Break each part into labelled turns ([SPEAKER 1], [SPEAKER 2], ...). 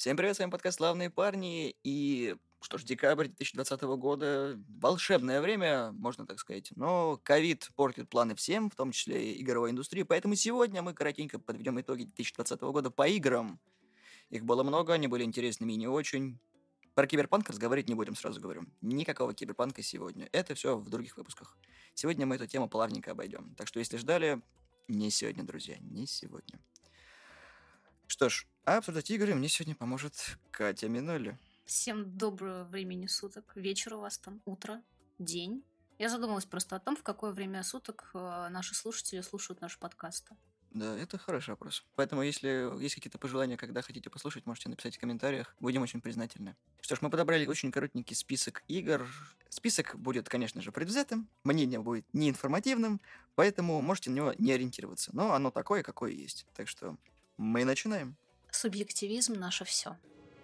[SPEAKER 1] Всем привет, с вами подкаст «Славные парни». И что ж, декабрь 2020 года, волшебное время, можно так сказать. Но ковид портит планы всем, в том числе и игровой индустрии. Поэтому сегодня мы коротенько подведем итоги 2020 года по играм. Их было много, они были интересными и не очень. Про киберпанк разговаривать не будем, сразу говорю. Никакого киберпанка сегодня. Это все в других выпусках. Сегодня мы эту тему плавненько обойдем. Так что, если ждали, не сегодня, друзья, не сегодня. Что ж, а обсуждать игры мне сегодня поможет Катя Миноли.
[SPEAKER 2] Всем доброго времени суток. Вечер у вас там, утро, день. Я задумалась просто о том, в какое время суток наши слушатели слушают наши подкасты.
[SPEAKER 1] Да, это хороший вопрос. Поэтому, если есть какие-то пожелания, когда хотите послушать, можете написать в комментариях. Будем очень признательны. Что ж, мы подобрали очень коротенький список игр. Список будет, конечно же, предвзятым, мнение будет неинформативным, поэтому можете на него не ориентироваться. Но оно такое, какое есть. Так что мы начинаем.
[SPEAKER 2] Субъективизм — наше все.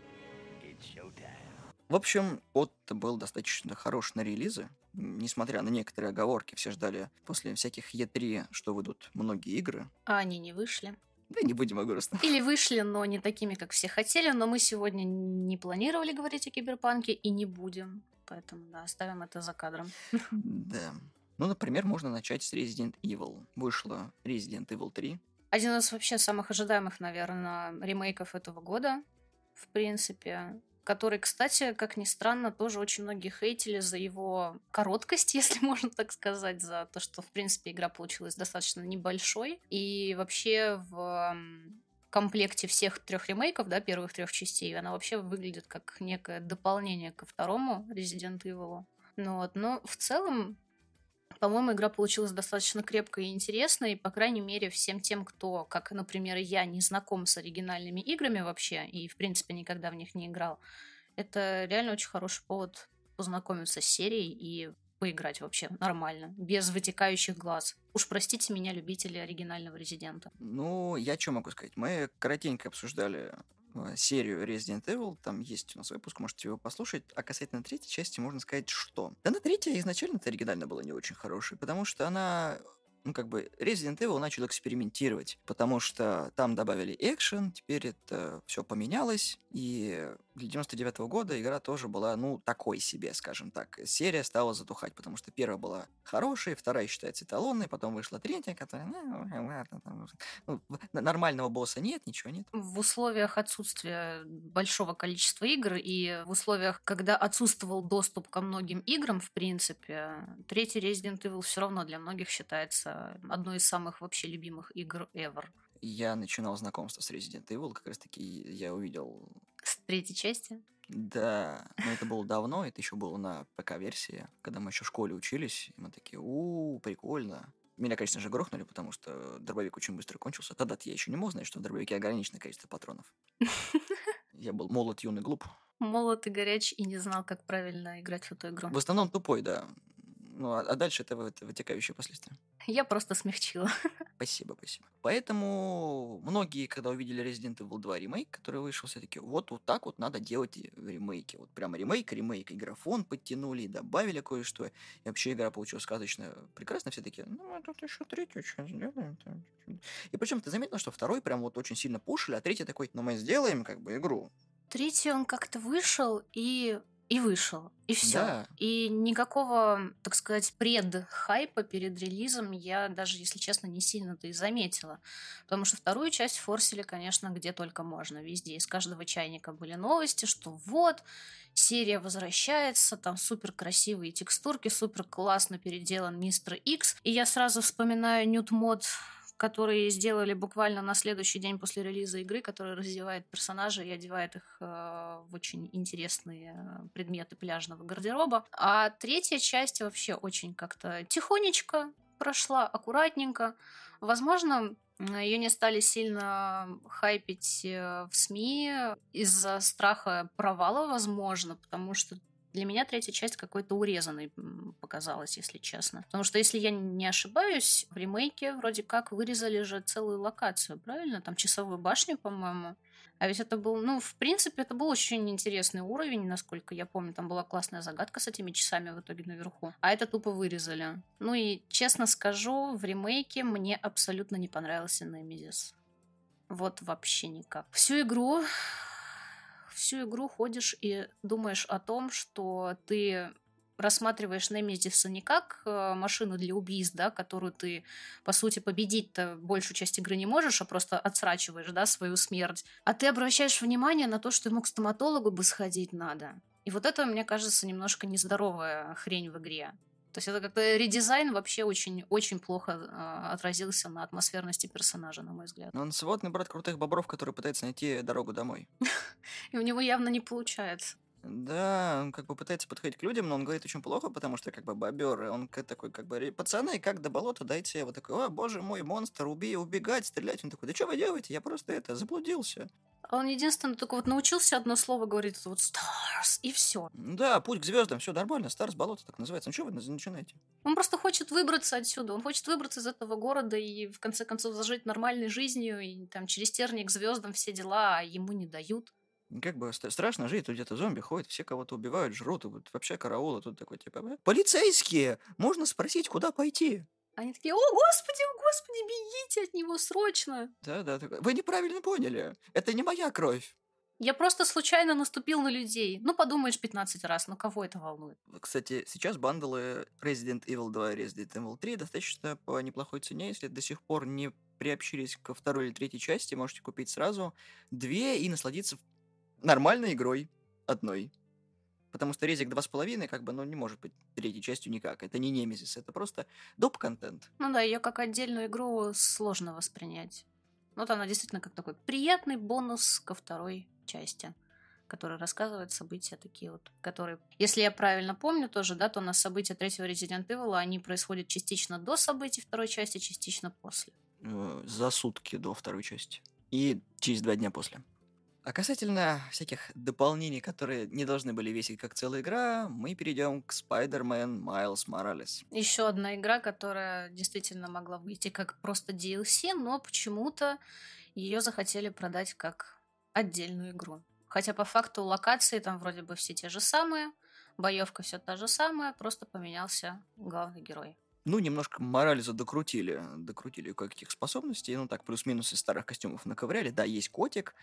[SPEAKER 1] В общем, Отто был достаточно хорош на релизы. Несмотря на некоторые оговорки, все ждали после всяких E3, что выйдут многие игры.
[SPEAKER 2] А они не вышли.
[SPEAKER 1] Да не будем о грустном.
[SPEAKER 2] Или вышли, но не такими, как все хотели. Но мы сегодня не планировали говорить о киберпанке и не будем. Поэтому, да, оставим это за кадром.
[SPEAKER 1] Да. Ну, например, можно начать с Resident Evil. Вышла Resident Evil 3.
[SPEAKER 2] Один из вообще самых ожидаемых, наверное, ремейков этого года, в принципе. Который, кстати, как ни странно, тоже очень многие хейтили за его короткость, если можно так сказать, за то, что, в принципе, игра получилась достаточно небольшой. И вообще в комплекте всех трех ремейков, да, первых трех частей, она вообще выглядит как некое дополнение ко второму Resident Evil. Но в целом, по-моему, игра получилась достаточно крепкой и интересной, и, по крайней мере, всем тем, кто, как, например, я, не знаком с оригинальными играми вообще и, в принципе, никогда в них не играл, это реально очень хороший повод познакомиться с серией и поиграть вообще нормально, без вытекающих глаз. Уж простите меня, любители оригинального Резидента.
[SPEAKER 1] Ну, я что могу сказать? Мы коротенько обсуждали серию Resident Evil, там есть у нас выпуск, можете его послушать. А касательно третьей части можно сказать, что... Да, на третья изначально-то оригинально была не очень хорошей, потому что она... Resident Evil начал экспериментировать, потому что там добавили экшен, теперь это все поменялось, и для 99-го года игра тоже была, такой себе, скажем так. Серия стала затухать, потому что первая была хорошей, вторая считается эталонной, потом вышла третья, которая... нормального босса нет, ничего нет.
[SPEAKER 2] В условиях отсутствия большого количества игр и в условиях, когда отсутствовал доступ ко многим играм, в принципе, третий Resident Evil все равно для многих считается одной из самых вообще любимых игр ever.
[SPEAKER 1] Я начинал знакомство с Resident Evil, как раз таки я увидел...
[SPEAKER 2] С третьей части?
[SPEAKER 1] Да, но это было давно, это еще было на ПК-версии, когда мы еще в школе учились, и мы такие, прикольно. Меня, конечно же, грохнули, потому что дробовик очень быстро кончился. Тогда-то я еще не мог знать, что в дробовике ограниченное количество патронов. Я был молод, юный, глуп.
[SPEAKER 2] Молод и горяч и не знал, как правильно играть в эту игру.
[SPEAKER 1] В основном тупой, да. А дальше это вытекающие последствия.
[SPEAKER 2] Я просто смягчила.
[SPEAKER 1] Спасибо. Поэтому многие, когда увидели Resident Evil 2 ремейк, который вышел, все таки вот так вот надо делать ремейки. Вот прямо ремейк, и графон подтянули, и добавили кое-что. И вообще игра получилась сказочно прекрасно. Все такие, тут еще третью часть сделаем. И причем ты заметила, что второй прям вот очень сильно пушили, а третий такой, мы сделаем игру.
[SPEAKER 2] Третий он как-то вышел и вышел, и все.
[SPEAKER 1] Да.
[SPEAKER 2] И никакого, так сказать, предхайпа перед релизом я даже, если честно, не сильно-то и заметила. Потому что вторую часть форсили, конечно, где только можно. Везде из каждого чайника были новости, что вот, серия возвращается, там супер красивые текстурки, супер классно переделан Мистер Икс. И я сразу вспоминаю нют-мод, которые сделали буквально на следующий день после релиза игры, который раздевает персонажей и одевает их в очень интересные предметы пляжного гардероба. А третья часть вообще очень как-то тихонечко прошла, аккуратненько. Возможно, ее не стали сильно хайпить в СМИ из-за страха провала, возможно, потому что для меня третья часть какой-то урезанной показалась, если честно. Потому что, если я не ошибаюсь, в ремейке вроде как вырезали же целую локацию, правильно? Там часовую башню, по-моему. А ведь это был, в принципе, это был очень интересный уровень, насколько я помню. Там была классная загадка с этими часами в итоге наверху. А это тупо вырезали. И, честно скажу, в ремейке мне абсолютно не понравился Немезис. Вот вообще никак. Всю игру всю игру ходишь и думаешь о том, что ты рассматриваешь Немезиса не как машину для убийств, да, которую ты, по сути, победить-то большую часть игры не можешь, а просто отсрачиваешь, да, свою смерть. А ты обращаешь внимание на то, что ему к стоматологу бы сходить надо. И вот это, мне кажется, немножко нездоровая хрень в игре. То есть это как-то редизайн вообще очень плохо отразился на атмосферности персонажа, на мой взгляд.
[SPEAKER 1] Но он сводный брат крутых бобров, который пытается найти дорогу домой.
[SPEAKER 2] И у него явно не получается.
[SPEAKER 1] Да, он как бы пытается подходить к людям, но он говорит очень плохо, потому что как бы бобер, и он такой как бы, пацаны, как до болота дойти? Я вот такой, о, боже мой, монстр, убегать, стрелять. Он такой, да что вы делаете? Я просто заблудился.
[SPEAKER 2] А он единственное только вот научился одно слово говорить, это вот stars, и все.
[SPEAKER 1] Да, путь к звездам, все нормально, Старс болото так называется. Ну что вы начинаете?
[SPEAKER 2] Он просто хочет выбраться отсюда, он хочет выбраться из этого города и в конце концов зажить нормальной жизнью, и там через тернии к звездам все дела, а ему не дают.
[SPEAKER 1] Как бы страшно жить, тут где-то зомби ходят, все кого-то убивают, жрут, и вот вообще караул, а тут такой типа, полицейские, можно спросить, куда пойти?
[SPEAKER 2] Они такие, о господи, бегите от него срочно.
[SPEAKER 1] Да, такой, вы неправильно поняли, это не моя кровь.
[SPEAKER 2] Я просто случайно наступил на людей. Ну, подумаешь 15 раз, ну кого это волнует?
[SPEAKER 1] Кстати, сейчас бандлы Resident Evil 2 и Resident Evil 3 достаточно по неплохой цене. Если до сих пор не приобщились ко второй или третьей части, можете купить сразу две и насладиться нормальной игрой одной. Потому что Резик 2,5, как бы, ну, не может быть третьей частью никак. Это не Немезис, это просто доп-контент.
[SPEAKER 2] Ну да, ее как отдельную игру сложно воспринять. Вот она действительно как такой приятный бонус ко второй части, который рассказывает события такие вот, которые, если я правильно помню тоже, да, то у нас события третьего Resident Evil, они происходят частично до событий второй части, частично после.
[SPEAKER 1] За сутки до второй части. И через 2 дня после. А касательно всяких дополнений, которые не должны были весить как целая игра, мы перейдем к Spider-Man Miles Morales.
[SPEAKER 2] Еще одна игра, которая действительно могла выйти как просто DLC, но почему-то ее захотели продать как отдельную игру. Хотя по факту локации там вроде бы все те же самые, боевка все та же самая, просто поменялся главный герой.
[SPEAKER 1] Ну, немножко Морализа докрутили кое-каких способностей, ну так, плюс-минус из старых костюмов наковыряли. Да, есть котик,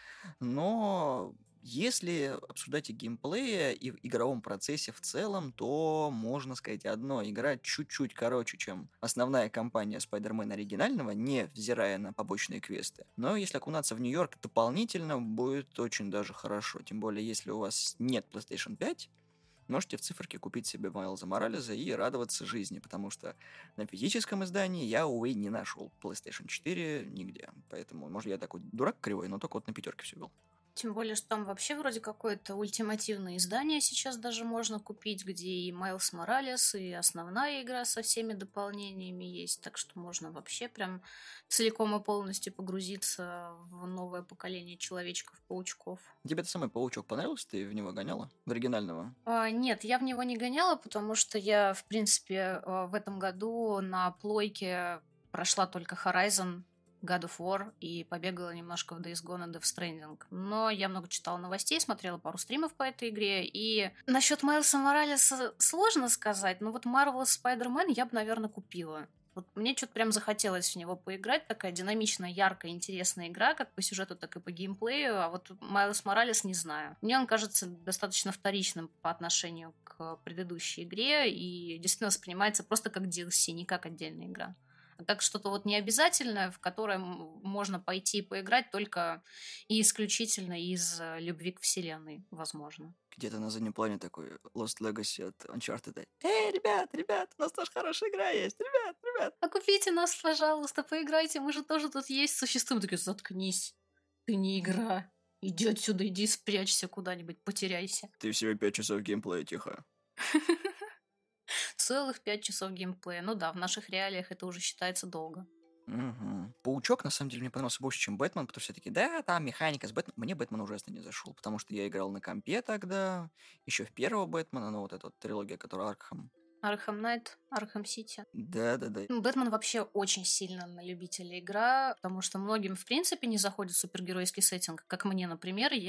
[SPEAKER 1] но если обсуждать и геймплея, и в игровом процессе в целом, то можно сказать одно. Игра чуть-чуть короче, чем основная кампания Spider-Man оригинального, не взирая на побочные квесты. Но если окунаться в Нью-Йорк дополнительно, будет очень даже хорошо. Тем более, если у вас нет PlayStation 5, можете в циферке купить себе Майлза Моралеса и радоваться жизни, потому что на физическом издании я, увы, не нашел PlayStation 4 нигде. Поэтому, может, я такой дурак кривой, но только вот на пятерке все был.
[SPEAKER 2] Тем более, что там вообще вроде какое-то ультимативное издание сейчас даже можно купить, где и Майлз Моралес, и основная игра со всеми дополнениями есть. Так что можно вообще прям целиком и полностью погрузиться в новое поколение человечков-паучков.
[SPEAKER 1] Тебе-то самый паучок понравился? Ты в него гоняла? В оригинального?
[SPEAKER 2] Нет, я в него не гоняла, потому что я, в принципе, в этом году на плойке прошла только Horizon, God of War и побегала немножко в Days Gone и Death Stranding. Но я много читала новостей, смотрела пару стримов по этой игре. И насчет Майлса Моралеса сложно сказать, но вот Marvel's Spider-Man я бы, наверное, купила. Вот мне что-то прям захотелось в него поиграть. Такая динамичная, яркая, интересная игра, как по сюжету, так и по геймплею. А вот Майлз Моралес не знаю. Мне он кажется достаточно вторичным по отношению к предыдущей игре и действительно воспринимается просто как DLC, не как отдельная игра. Как что-то вот необязательное, в которое можно пойти и поиграть только и исключительно из любви к вселенной, возможно.
[SPEAKER 1] Где-то на заднем плане такой Lost Legacy от Uncharted. Эй, ребят, у нас тоже хорошая игра есть. Ребят.
[SPEAKER 2] А купите нас, пожалуйста, поиграйте, мы же тоже тут есть, существуем. Такие, заткнись, ты не игра. Иди отсюда, иди спрячься куда-нибудь, потеряйся.
[SPEAKER 1] Ты всего 5 часов геймплея, тихо.
[SPEAKER 2] Целых 5 часов геймплея. Ну да, в наших реалиях это уже считается долго.
[SPEAKER 1] Угу. Паучок, на самом деле, мне понравился больше, чем Бэтмен, потому что все таки да, там механика с Бэтменом. Мне Бэтмен ужасно не зашел, потому что я играл на компе тогда, еще в первого Бэтмена, ну вот эта вот трилогия, которая Аркхам.
[SPEAKER 2] Арkham Knight, Arkham City.
[SPEAKER 1] Да.
[SPEAKER 2] Бэтмен вообще очень сильно на любителя игра, потому что многим, в принципе, не заходит супергеройский сеттинг, как мне, например. Я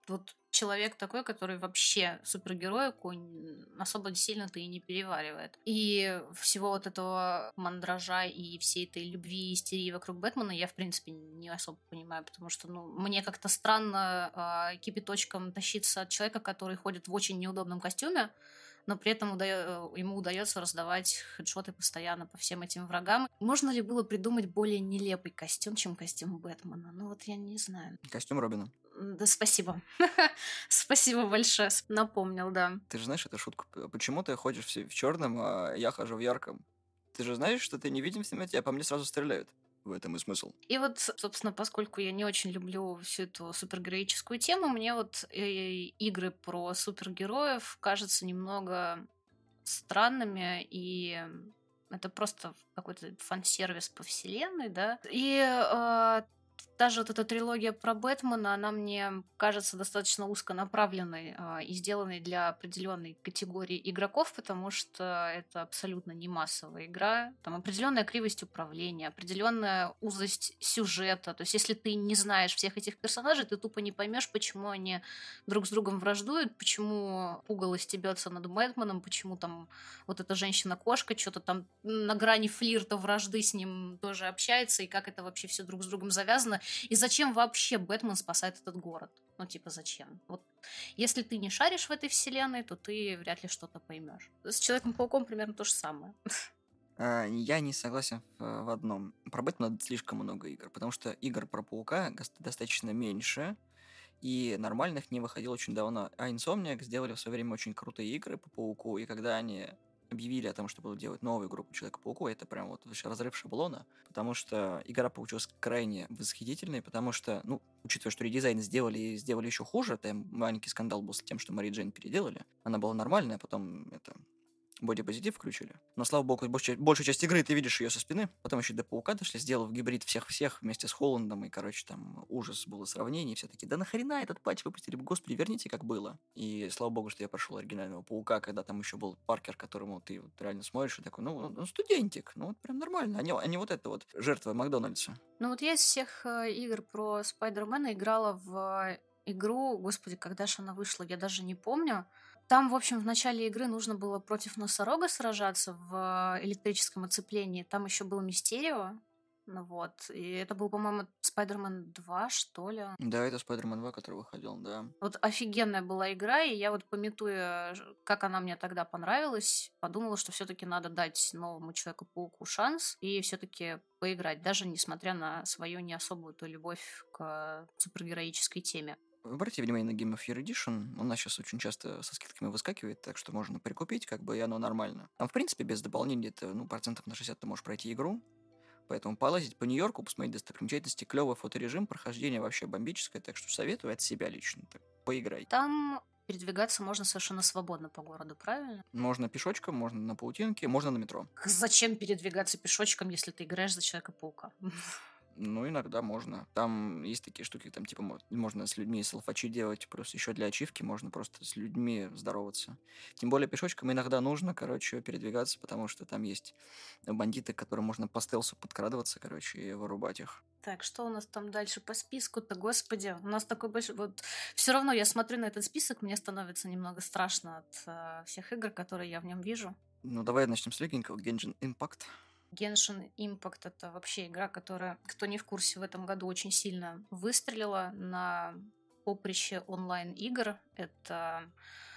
[SPEAKER 2] вот человек такой, который вообще супергероику особо сильно-то и не переваривает. И всего вот этого мандража и всей этой любви и истерии вокруг Бэтмена я, в принципе, не особо понимаю, потому что, ну, мне как-то странно кипяточком тащиться от человека, который ходит в очень неудобном костюме, но при этом ему удается раздавать хедшоты постоянно по всем этим врагам. Можно ли было придумать более нелепый костюм, чем костюм Бэтмена? Ну вот я не знаю.
[SPEAKER 1] Костюм Робина.
[SPEAKER 2] Да, спасибо. Спасибо большое. Напомнил, да.
[SPEAKER 1] Ты же знаешь эту шутку? Почему ты ходишь в черном, а я хожу в ярком? Ты же знаешь, что ты невидим в темноте, а по мне сразу стреляют. В этом и смысл.
[SPEAKER 2] И вот, собственно, поскольку я не очень люблю всю эту супергероическую тему, мне вот игры про супергероев кажутся немного странными, и это просто какой-то фан-сервис по вселенной, да. И даже вот эта трилогия про Бэтмена, она мне кажется достаточно узконаправленной и сделанной для определенной категории игроков, потому что это абсолютно не массовая игра. Там определенная кривость управления, определенная узость сюжета. То есть, если ты не знаешь всех этих персонажей, ты тупо не поймешь, почему они друг с другом враждуют, почему Пугало стебется над Бэтменом, почему там вот эта женщина-кошка что-то там на грани флирта, вражды с ним тоже общается, и как это вообще все друг с другом завязано. И зачем вообще Бэтмен спасает этот город? Ну, типа, зачем? Вот если ты не шаришь в этой вселенной, то ты вряд ли что-то поймешь. С Человеком-пауком примерно то же самое.
[SPEAKER 1] Я не согласен в одном. Про Бэтмена слишком много игр, потому что игр про Паука достаточно меньше, и нормальных не выходило очень давно. А Insomniac сделали в свое время очень крутые игры по Пауку, и когда они объявили о том, что будут делать новую игру по Человеку-пауку, это прям вот вообще разрыв шаблона, потому что игра получилась крайне восхитительной, потому что, ну, учитывая, что редизайн сделали и сделали еще хуже, там маленький скандал был с тем, что Мари Джейн переделали, она была нормальная, а потом это бодипозитив включили. Но, слава богу, большую часть игры ты видишь ее со спины. Потом еще до Паука дошли, сделав гибрид всех-всех вместе с Холландом. И, короче, там ужас было сравнение. Все таки да нахрена этот патч выпустили? Господи, верните, как было. И слава богу, что я прошел оригинального Паука, когда там еще был Паркер, которому ты вот реально смотришь и такой, ну студентик, ну вот прям нормально. А не вот это вот жертва Макдональдса.
[SPEAKER 2] Ну вот я из всех игр про Спайдермена играла в игру, господи, когда же она вышла, я даже не помню. Там, в общем, в начале игры нужно было против носорога сражаться в электрическом оцеплении. Там еще был Мистерио. Ну вот. И это был, по-моему, Спайдермен 2, что ли.
[SPEAKER 1] Да, это Spider-Man 2, который выходил, да.
[SPEAKER 2] Вот офигенная была игра, и я вот, пометуя, как она мне тогда понравилась, подумала, что все-таки надо дать новому Человеку-пауку шанс и все-таки поиграть, даже несмотря на свою не особую ту любовь к супергероической теме.
[SPEAKER 1] Обратите внимание на Game of Year Edition. У нас сейчас очень часто со скидками выскакивает, так что можно прикупить, как бы, и оно нормально. Там, в принципе, без дополнений, это, ну, процентов на 60 ты можешь пройти игру. Поэтому полазить по Нью-Йорку, посмотреть достопримечательности, клевый фоторежим, прохождение вообще бомбическое, так что советую от себя лично. Так, поиграй.
[SPEAKER 2] Там передвигаться можно совершенно свободно по городу, правильно?
[SPEAKER 1] Можно пешочком, можно на паутинке, можно на метро.
[SPEAKER 2] Зачем передвигаться пешочком, если ты играешь за Человека-паука?
[SPEAKER 1] Ну, иногда можно. Там есть такие штуки, там, типа, можно с людьми селфачи делать, просто еще для ачивки можно просто с людьми здороваться. Тем более пешочком иногда нужно, короче, передвигаться, потому что там есть бандиты, к которым можно по стелсу подкрадываться, короче, и вырубать их.
[SPEAKER 2] Так, что у нас там дальше по списку-то, господи? У нас такой большой... Вот все равно я смотрю на этот список, мне становится немного страшно от всех игр, которые я в нем вижу.
[SPEAKER 1] Ну, давай начнем с легенького. Genshin Impact.
[SPEAKER 2] Genshin Impact — это вообще игра, которая, кто не в курсе, в этом году очень сильно выстрелила на поприще онлайн-игр. Это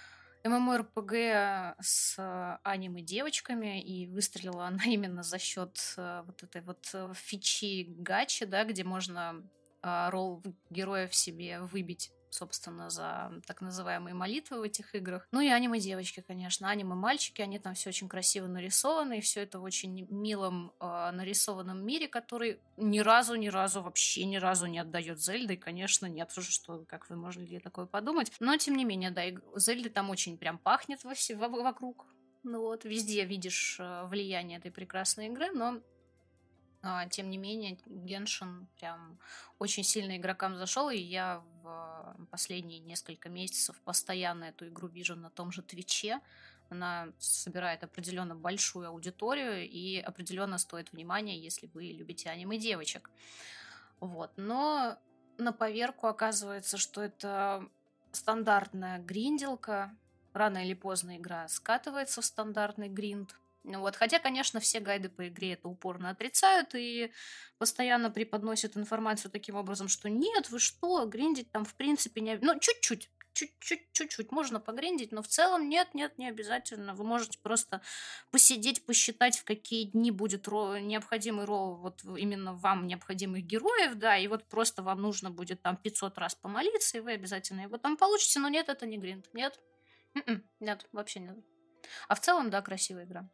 [SPEAKER 2] MMORPG с аниме-девочками, и выстрелила она именно за счет вот этой вот фичи гачи, да, где можно ролл героя в себе выбить, собственно, за так называемые молитвы в этих играх. Ну и аниме-девочки, конечно. Аниме-мальчики, они там все очень красиво нарисованы, и все это в очень милом нарисованном мире, который ни разу, вообще ни разу не отдает Зельды. И, конечно, нет уже, что, как вы можете такое подумать. Но, тем не менее, да, Зельды там очень прям пахнет вокруг. Ну вот, везде видишь влияние этой прекрасной игры, но тем не менее, Геншин прям очень сильно игрокам зашел, и я в последние несколько месяцев постоянно эту игру вижу на том же Твиче. Она собирает определенно большую аудиторию и определенно стоит внимания, если вы любите аниме-девочек. Вот. Но на поверку оказывается, что это стандартная гринделка. Рано или поздно игра скатывается в стандартный гринд. Ну вот. Хотя, конечно, все гайды по игре это упорно отрицают и постоянно преподносят информацию таким образом, что нет, вы что, гриндить там в принципе не... Ну, чуть-чуть можно погриндить, но в целом нет, не обязательно. Вы можете просто посидеть, посчитать, в какие дни будет необходимый вот именно вам необходимых героев, да, и вот просто вам нужно будет там 500 раз помолиться, и вы обязательно его там получите, но нет, это не гринд, нет. Нет, вообще нет. А в целом, да, красивая игра.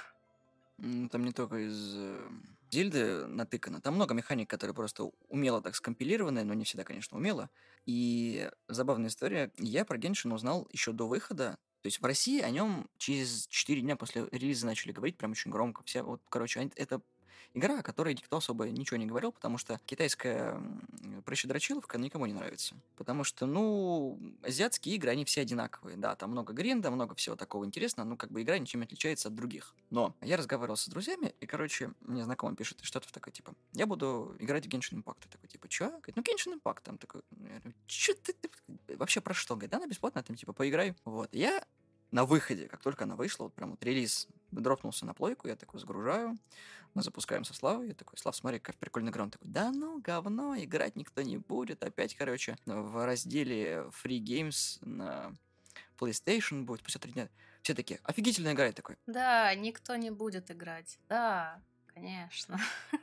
[SPEAKER 1] Там не только из Зельды натыкано. Там много механик, которые просто умело так скомпилированы, но не всегда, конечно, умело. И забавная история. Я про Геншин узнал еще до выхода. То есть в России о нем через 4 дня после релиза начали говорить прям очень громко. Все, вот, короче, это игра, о которой никто особо ничего не говорил, потому что китайская прыщедрочиловка никому не нравится. Потому что, ну, азиатские игры, они все одинаковые. Да, там много гринда, много всего такого интересного, но как бы игра ничем не отличается от других. Но я разговаривал с друзьями, и, короче, мне знакомый пишет что-то такое, типа, я буду играть в Genshin Impact. Я такой, типа, чё? Говорит, ну, Genshin Impact. Там такой, чё ты вообще про что? Говорит, она бесплатная, там, типа, поиграй. Вот, я на выходе, как только она вышла, вот прям вот релиз дропнулся на плойку, я такой загружаю, мы запускаем со Славой, я такой, Слав, смотри, какая прикольная игра. Он такой, да ну, говно, играть никто не будет. Опять, короче, в разделе Free Games на PlayStation будет спустя 3 дня. Все такие, офигительная игра. Я такой,
[SPEAKER 2] Да, никто не будет играть. Да, конечно.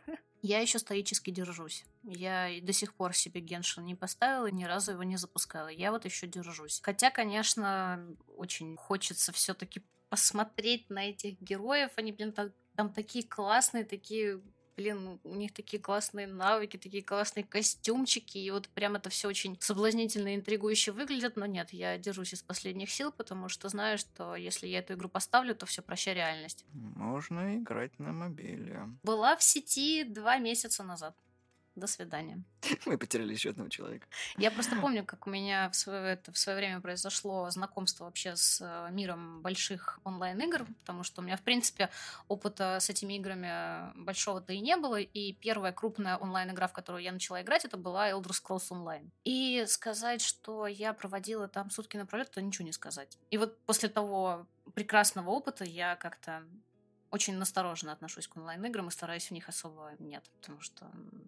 [SPEAKER 2] Я еще стоически держусь. Я и до сих пор себе Геншин не поставила, ни разу его не запускала. Я вот еще держусь. Хотя, конечно, очень хочется все-таки посмотреть на этих героев. Они, блин, там такие классные, такие, блин, у них такие классные навыки, такие классные костюмчики, и вот прям это все очень соблазнительно и интригующе выглядит, но нет, я держусь из последних сил, потому что знаю, что если я эту игру поставлю, то все, прощай реальность.
[SPEAKER 1] можно играть на мобиле.
[SPEAKER 2] Была в сети 2 месяца назад. До свидания.
[SPEAKER 1] Мы потеряли еще одного человека.
[SPEAKER 2] Я просто помню, как у меня в свое время произошло знакомство вообще с миром больших онлайн-игр, потому что у меня, в принципе, опыта с этими играми большого-то и не было, и первая крупная онлайн-игра, в которую я начала играть, это была Elder Scrolls Online. И сказать, что я проводила там сутки напролет, то ничего не сказать. И вот после того прекрасного опыта я как-то очень настороженно отношусь к онлайн-играм и стараюсь в них особо нет, потому что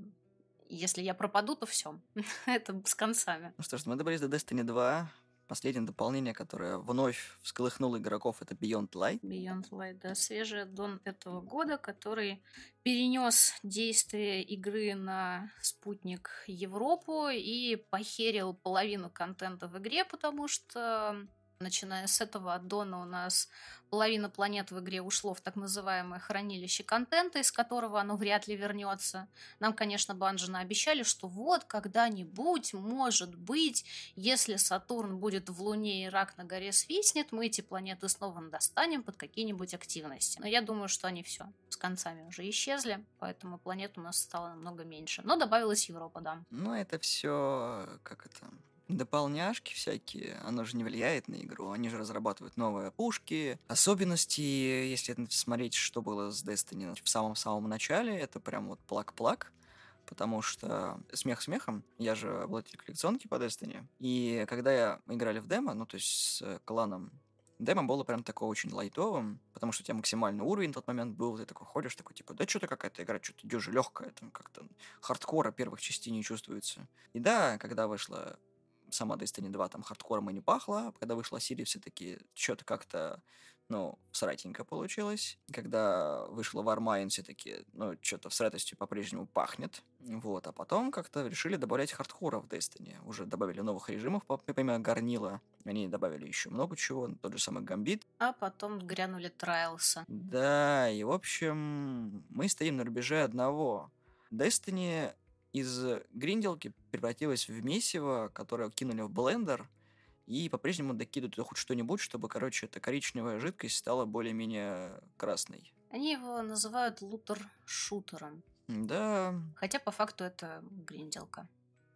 [SPEAKER 2] если я пропаду, то все. Это с концами.
[SPEAKER 1] Ну что ж, мы добрались до Destiny 2. Последнее дополнение, которое вновь всколыхнуло игроков, это Beyond Light.
[SPEAKER 2] Beyond Light, да, свежий аддон этого года, который перенес действие игры на спутник Европу и похерил половину контента в игре, потому что начиная с этого аддона у нас половина планет в игре ушло в так называемое хранилище контента, из которого оно вряд ли вернется. Нам, конечно, Bungie наобещали, что вот когда-нибудь, может быть, если Сатурн будет в Луне и Рак на горе свистнет, мы эти планеты снова достанем под какие-нибудь активности. Но я думаю, что они все с концами уже исчезли, поэтому планет у нас стало намного меньше. Но добавилась Европа, да.
[SPEAKER 1] Ну, это все как это... дополняшки всякие, оно же не влияет на игру, они же разрабатывают новые пушки, особенности, если смотреть, что было с Destiny в самом-самом начале, это прям вот плак-плак, потому что смех смехом, я же обладатель коллекционки по Destiny, и когда мы играли в демо, ну то есть с кланом, демо было прям такое очень лайтовым, потому что у тебя максимальный уровень в тот момент был, ты такой ходишь, такой типа, да что-то какая-то игра, что-то дюжа легкая, там как-то хардкора первых частей не чувствуется. И да, когда вышла сама Destiny 2 там хардкором и не пахло, а когда вышла Сирия, все таки что-то как-то, ну, сратенько получилось. Когда вышла Warmind, все таки ну, что-то в сратостью по-прежнему пахнет. Вот, а потом как-то решили добавлять хардкора в Destiny. Уже добавили новых режимов, помимо Гарнила. Они добавили еще много чего, тот же самый Гамбит.
[SPEAKER 2] А потом грянули Трайлсы.
[SPEAKER 1] Да, и в общем, мы стоим на рубеже одного. Destiny из гринделки превратилась в месиво, которое кинули в блендер, и по-прежнему докидывают туда хоть что-нибудь, чтобы, короче, эта коричневая жидкость стала более-менее красной.
[SPEAKER 2] Они его называют лутер-шутером.
[SPEAKER 1] Да.
[SPEAKER 2] Хотя по факту это гринделка.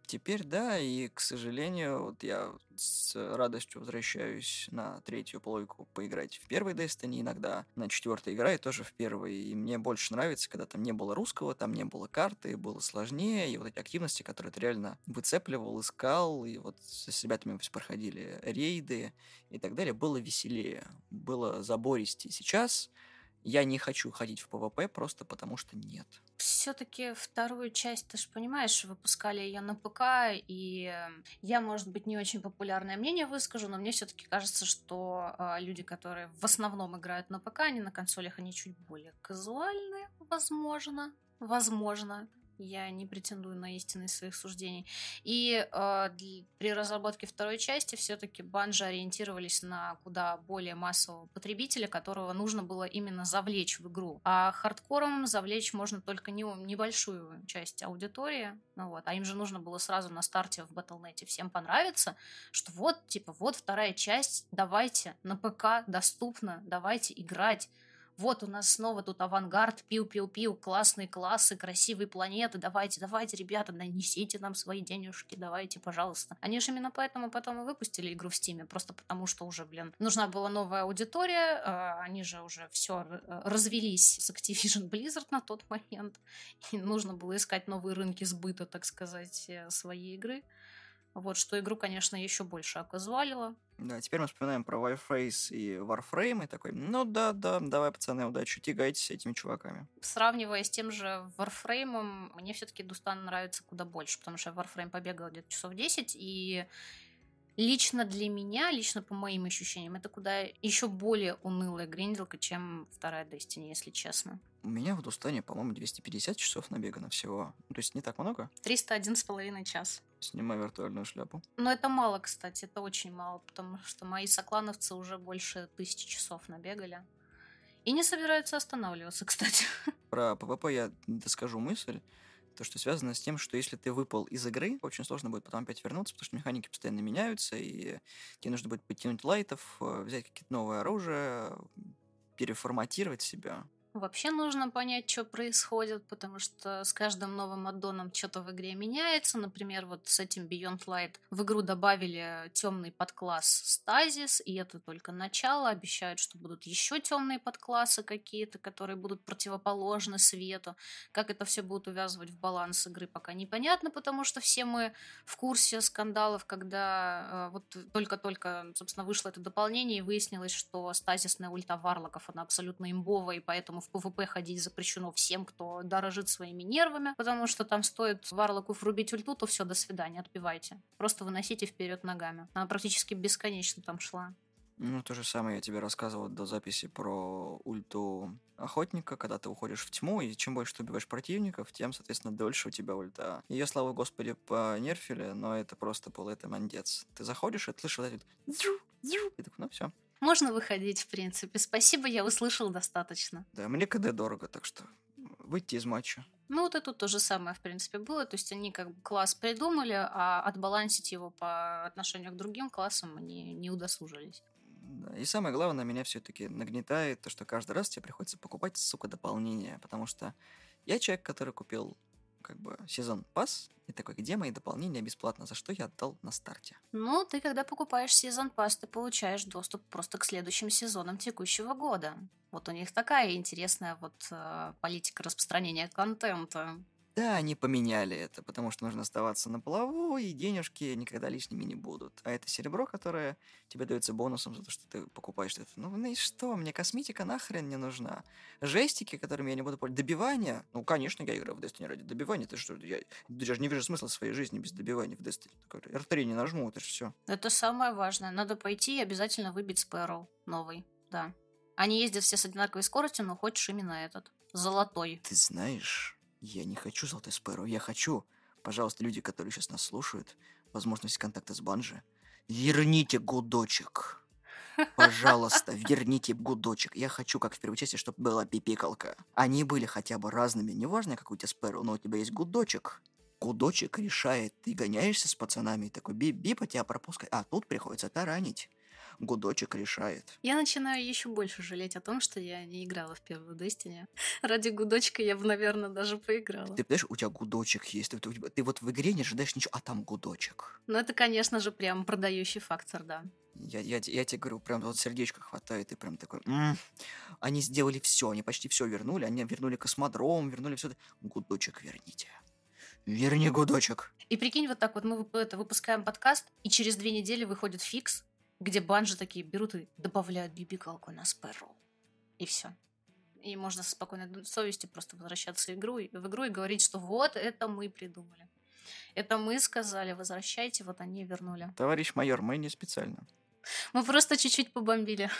[SPEAKER 1] Теперь да, и, к сожалению, вот я с радостью возвращаюсь на третью плойку поиграть в первый Destiny, иногда на четвертой играю тоже в первый, и мне больше нравится, когда там не было русского, там не было карты, было сложнее, и вот эти активности, которые ты реально выцепливал, искал, и вот с ребятами мы проходили рейды и так далее, было веселее, было забористее. Сейчас я не хочу ходить в PvP просто потому, что нет.
[SPEAKER 2] Все-таки вторую часть, ты же понимаешь, выпускали ее на ПК, и я, может быть, не очень популярное мнение выскажу, но мне все-таки кажется, что люди, которые в основном играют на ПК, они на консолях, они чуть более казуальные, возможно. Возможно. Я не претендую на истинность своих суждений. И при разработке второй части все-таки Bungie ориентировались на куда более массового потребителя, которого нужно было именно завлечь в игру. А хардкором завлечь можно только небольшую часть аудитории. Ну вот. А им же нужно было сразу на старте в Battle.net всем понравиться, что вот, типа, вот вторая часть, давайте, на ПК доступно, давайте играть. Вот у нас снова тут авангард, пиу-пиу-пиу, классные классы, красивые планеты, давайте, давайте, ребята, нанесите нам свои денежки, давайте, пожалуйста. Они же именно поэтому потом и выпустили игру в Стиме, просто потому что уже, нужна была новая аудитория, они же уже все развелись с Activision Blizzard на тот момент, и нужно было искать новые рынки сбыта, так сказать, своей игры. Вот, что игру, конечно, еще больше оказуалило.
[SPEAKER 1] Да, теперь мы вспоминаем про Warface и Warframe, и такой, ну да, давай, пацаны, удачи, тягайтесь с этими чуваками.
[SPEAKER 2] Сравнивая с тем же Warframe, мне все-таки Дустан нравится куда больше, потому что я в Warframe побегала где-то часов 10, и лично для меня, лично по моим ощущениям, это куда еще более унылая гринделка, чем вторая Destiny, если честно.
[SPEAKER 1] У меня в Дустане, по-моему, 250 часов набегано всего. Ну, то есть не так много.
[SPEAKER 2] 301,5 час.
[SPEAKER 1] Снимай виртуальную шляпу.
[SPEAKER 2] Но это мало, кстати, это очень мало, потому что мои соклановцы уже больше 1000 часов набегали. И не собираются останавливаться, кстати.
[SPEAKER 1] Про PvP я доскажу мысль. То, что связано с тем, что если ты выпал из игры, очень сложно будет потом опять вернуться, потому что механики постоянно меняются, и тебе нужно будет подтянуть лайтов, взять какие-то новые оружия, переформатировать себя.
[SPEAKER 2] Вообще нужно понять, что происходит, потому что с каждым новым аддоном что-то в игре меняется. Например, вот с этим Beyond Light в игру добавили темный подкласс Стазис, и это только начало. Обещают, что будут еще темные подклассы какие-то, которые будут противоположны свету. Как это все будет увязывать в баланс игры, пока непонятно, потому что все мы в курсе скандалов, когда вот только-только, собственно, вышло это дополнение, и выяснилось, что стазисная ульта варлоков, она абсолютно имбовая, и поэтому в PvP ходить запрещено всем, кто дорожит своими нервами, потому что там стоит варлоку врубить ульту, то все, до свидания, отпивайте. Просто выносите вперед ногами. Она практически бесконечно там шла.
[SPEAKER 1] Ну, то же самое я тебе рассказывал до записи про ульту охотника, когда ты уходишь в тьму, и чем больше ты убиваешь противников, тем, соответственно, дольше у тебя ульта. Ее, слава господи, понерфили, но это просто был это мандец. Ты заходишь и слышишь вот этот и такой, ну все.
[SPEAKER 2] Можно выходить, в принципе. Спасибо, я услышал достаточно.
[SPEAKER 1] Да, мне КД дорого, так что выйти из матча.
[SPEAKER 2] Ну, вот и тут то же самое, в принципе, было. То есть они как бы класс придумали, а отбалансить его по отношению к другим классам они не удосужились.
[SPEAKER 1] Да. И самое главное, меня все-таки нагнетает то, что каждый раз тебе приходится покупать, сука, дополнение. Потому что я человек, который купил как бы сезон пасс, и такой, где мои дополнения бесплатно, за что я отдал на старте.
[SPEAKER 2] Ну, ты когда покупаешь сезон пасс, ты получаешь доступ просто к следующим сезонам текущего года. Вот у них такая интересная вот политика распространения контента.
[SPEAKER 1] Да, они поменяли это, потому что нужно оставаться на плаву, и денежки никогда лишними не будут. А это серебро, которое тебе дается бонусом за то, что ты покупаешь это. Ну и что, мне косметика нахрен не нужна. Жестики, которыми я не буду пользоваться. Добивания, ну, конечно, я играю в Destiny ради добивания. Ты что, я даже не вижу смысла своей жизни без добивания в Destiny. Такой, R3 не нажму, это же все.
[SPEAKER 2] Это самое важное. Надо пойти и обязательно выбить Спэрроу новый, да. Они ездят все с одинаковой скоростью, но хочешь именно этот. Золотой.
[SPEAKER 1] Ты знаешь... Я не хочу золотой Спэрроу, я хочу, пожалуйста, люди, которые сейчас нас слушают, возможность контакта с Банжи, верните гудочек. Пожалуйста, верните гудочек. Я хочу, как в первой части, чтобы была пипикалка. Они были хотя бы разными. Неважно, какой у тебя Спэрроу, но у тебя есть гудочек. Гудочек решает. Ты гоняешься с пацанами, и такой бип-бип, а тебя пропускает. А тут приходится таранить. Гудочек решает.
[SPEAKER 2] Я начинаю еще больше жалеть о том, что я не играла в первую Destiny. Ради гудочка я бы, наверное, даже поиграла.
[SPEAKER 1] Ты понимаешь, у тебя гудочек есть. Ты вот в игре не ожидаешь ничего, а там гудочек.
[SPEAKER 2] Ну, это, конечно же, прям продающий фактор, да.
[SPEAKER 1] Я тебе говорю, прям вот сердечко хватает, и прям такой... Они сделали все, они почти все вернули. Они вернули космодром, вернули все. Гудочек верните. Верни гудочек.
[SPEAKER 2] И прикинь, вот так вот мы выпускаем подкаст, и через 2 недели выходит фикс, где банжи такие берут и добавляют бибикалку на Спэрроу. И все. И можно со спокойной совестью просто возвращаться в игру и говорить, что вот это мы придумали. Это мы сказали, возвращайте, вот они вернули.
[SPEAKER 1] Товарищ майор, мы не специально.
[SPEAKER 2] Мы просто чуть-чуть побомбили.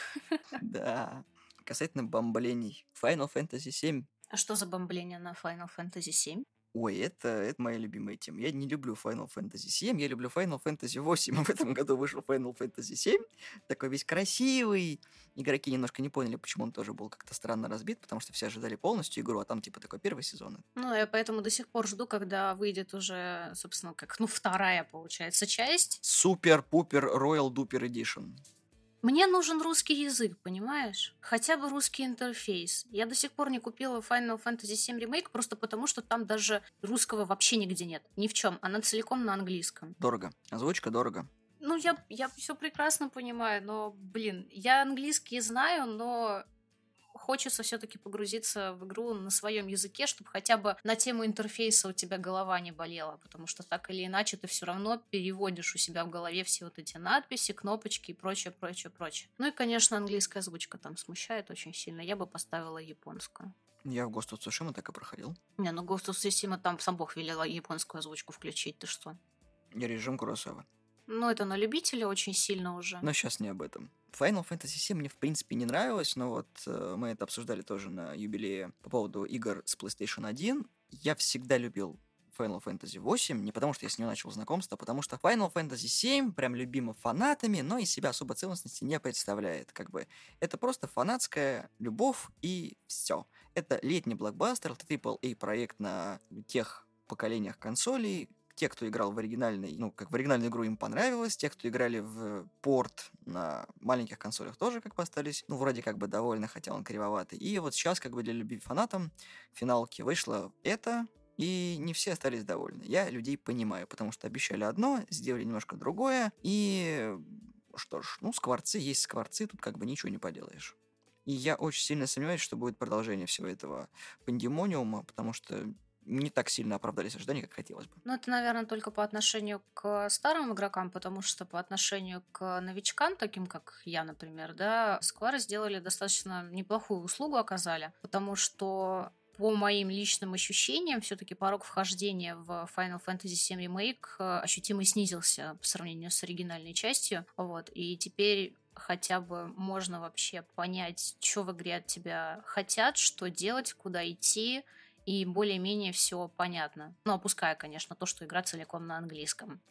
[SPEAKER 1] Да. Касательно бомблений. Final Fantasy VII.
[SPEAKER 2] А что за бомбление на Final Fantasy VII?
[SPEAKER 1] Ой, это моя любимая тема. Я не люблю Final Fantasy VII, я люблю Final Fantasy VIII. В этом году вышел Final Fantasy VII. Такой весь красивый. Игроки немножко не поняли, почему он тоже был как-то странно разбит, потому что все ожидали полностью игру, а там типа такой первый сезон.
[SPEAKER 2] Ну, я поэтому до сих пор жду, когда выйдет уже, собственно, вторая, получается, часть.
[SPEAKER 1] Супер-пупер Royal Duper Edition.
[SPEAKER 2] Мне нужен русский язык, понимаешь? Хотя бы русский интерфейс. Я до сих пор не купила Final Fantasy VII Remake просто потому, что там даже русского вообще нигде нет. Ни в чем. Она целиком на английском.
[SPEAKER 1] Дорого. Озвучка дорого.
[SPEAKER 2] Ну, я все прекрасно понимаю, но, блин, я английский знаю, но хочется все-таки погрузиться в игру на своем языке, чтобы хотя бы на тему интерфейса у тебя голова не болела, потому что так или иначе ты все равно переводишь у себя в голове все вот эти надписи, кнопочки и прочее, прочее, прочее. Ну и, конечно, английская озвучка там смущает очень сильно. Я бы поставила японскую.
[SPEAKER 1] Я в Ghost of Tsushima так и проходил.
[SPEAKER 2] Не, ну Ghost of Tsushima там сам Бог велела японскую озвучку включить, ты что?
[SPEAKER 1] Я режим Куросавы.
[SPEAKER 2] Ну, это на любителя очень сильно уже.
[SPEAKER 1] Но сейчас не об этом. Final Fantasy VII мне, в принципе, не нравилось, но вот мы это обсуждали тоже на юбилее по поводу игр с PlayStation 1. Я всегда любил Final Fantasy VIII, не потому что я с ним начал знакомство, а потому что Final Fantasy VII прям любима фанатами, но из себя особо целостности не представляет. Как бы это просто фанатская любовь и все. Это летний блокбастер, AAA проект на тех поколениях консолей. Те, кто играл в оригинальный, в оригинальную игру, им понравилось. Те, кто играли в порт на маленьких консолях, тоже как бы остались, вроде как бы довольны, хотя он кривоватый. И вот сейчас как бы для любви фанатам финалки вышло это, и не все остались довольны. Я людей понимаю, потому что обещали одно, сделали немножко другое, и что ж, скворцы есть скворцы, тут как бы ничего не поделаешь. И я очень сильно сомневаюсь, что будет продолжение всего этого пандемониума, потому что не так сильно оправдались ожидания, как хотелось бы.
[SPEAKER 2] Ну, это, наверное, только по отношению к старым игрокам, потому что по отношению к новичкам, таким как я, например, да, Square сделали достаточно неплохую услугу, оказали, потому что по моим личным ощущениям, все-таки порог вхождения в Final Fantasy VII Remake ощутимо снизился по сравнению с оригинальной частью, вот, и теперь хотя бы можно вообще понять, что в игре от тебя хотят, что делать, куда идти, и более-менее все понятно. Ну, опуская, конечно, то, что игра целиком на английском.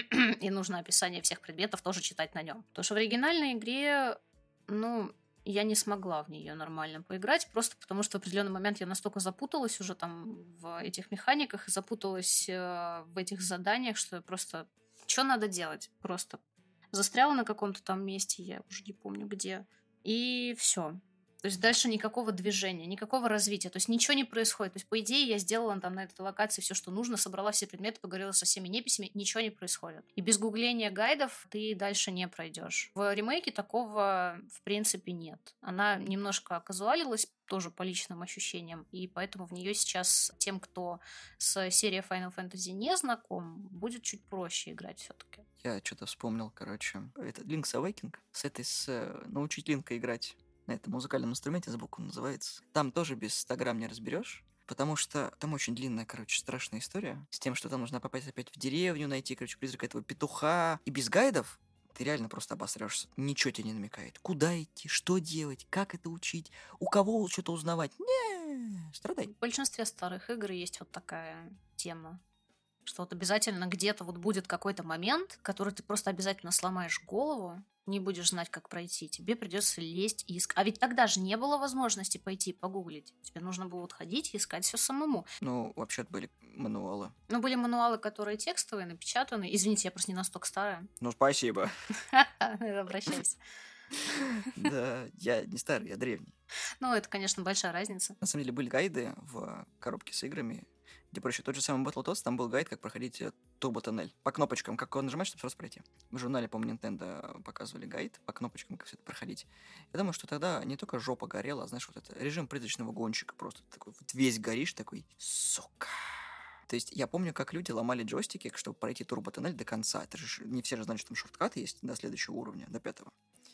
[SPEAKER 2] И нужно описание всех предметов тоже читать на нем. Потому что в оригинальной игре, я не смогла в нее нормально поиграть, просто потому что в определенный момент я настолько запуталась уже там в этих механиках и запуталась в этих заданиях, что я просто... Что надо делать? Просто застряла на каком-то там месте, я уже не помню где. И все. То есть дальше никакого движения, никакого развития. То есть ничего не происходит. То есть, по идее, я сделала там на этой локации все, что нужно, собрала все предметы, поговорила со всеми неписями, ничего не происходит. И без гугления гайдов ты дальше не пройдешь. В ремейке такого, в принципе, нет. Она немножко оказуалилась, тоже по личным ощущениям, и поэтому в нее сейчас тем, кто с серией Final Fantasy не знаком, будет чуть проще играть все-таки.
[SPEAKER 1] Я что-то вспомнил, это Link's Awakening, научить Линка играть на этом музыкальном инструменте, забыл, как он называется. Там тоже без 100 грамм не разберешь, потому что там очень длинная, страшная история с тем, что там нужно попасть опять в деревню, найти, призрака этого петуха. И без гайдов ты реально просто обосрешься. Ничего тебе не намекает. Куда идти, что делать, как это учить, у кого что-то узнавать. Не, страдай.
[SPEAKER 2] В большинстве старых игр есть вот такая тема. Что вот обязательно где-то вот будет какой-то момент, который ты просто обязательно сломаешь голову, не будешь знать, как пройти. Тебе придется лезть и искать. А ведь тогда же не было возможности пойти погуглить. Тебе нужно было вот ходить и искать все самому.
[SPEAKER 1] Ну, вообще-то были мануалы.
[SPEAKER 2] Но были мануалы, которые текстовые, напечатанные. Извините, я просто не настолько старая.
[SPEAKER 1] Ну, спасибо.
[SPEAKER 2] Обращайся.
[SPEAKER 1] Да, я не старый, я древний.
[SPEAKER 2] Ну, это, конечно, большая разница.
[SPEAKER 1] На самом деле были гайды в коробке с играми, где проще. Тот же самый Battletoads, там был гайд, как проходить турбо-тоннель. По кнопочкам, как его нажимать, чтобы сразу пройти. В журнале, по-моему, Nintendo показывали гайд по кнопочкам, как все это проходить. Я думаю, что тогда не только жопа горела, а, знаешь, вот это режим призрачного гонщика. Просто такой вот весь горишь, такой, сука. То есть я помню, как люди ломали джойстики, чтобы пройти турбо-тоннель до конца. Это же не все же знали, что там шорткаты есть до следующего уровня, до 5-го.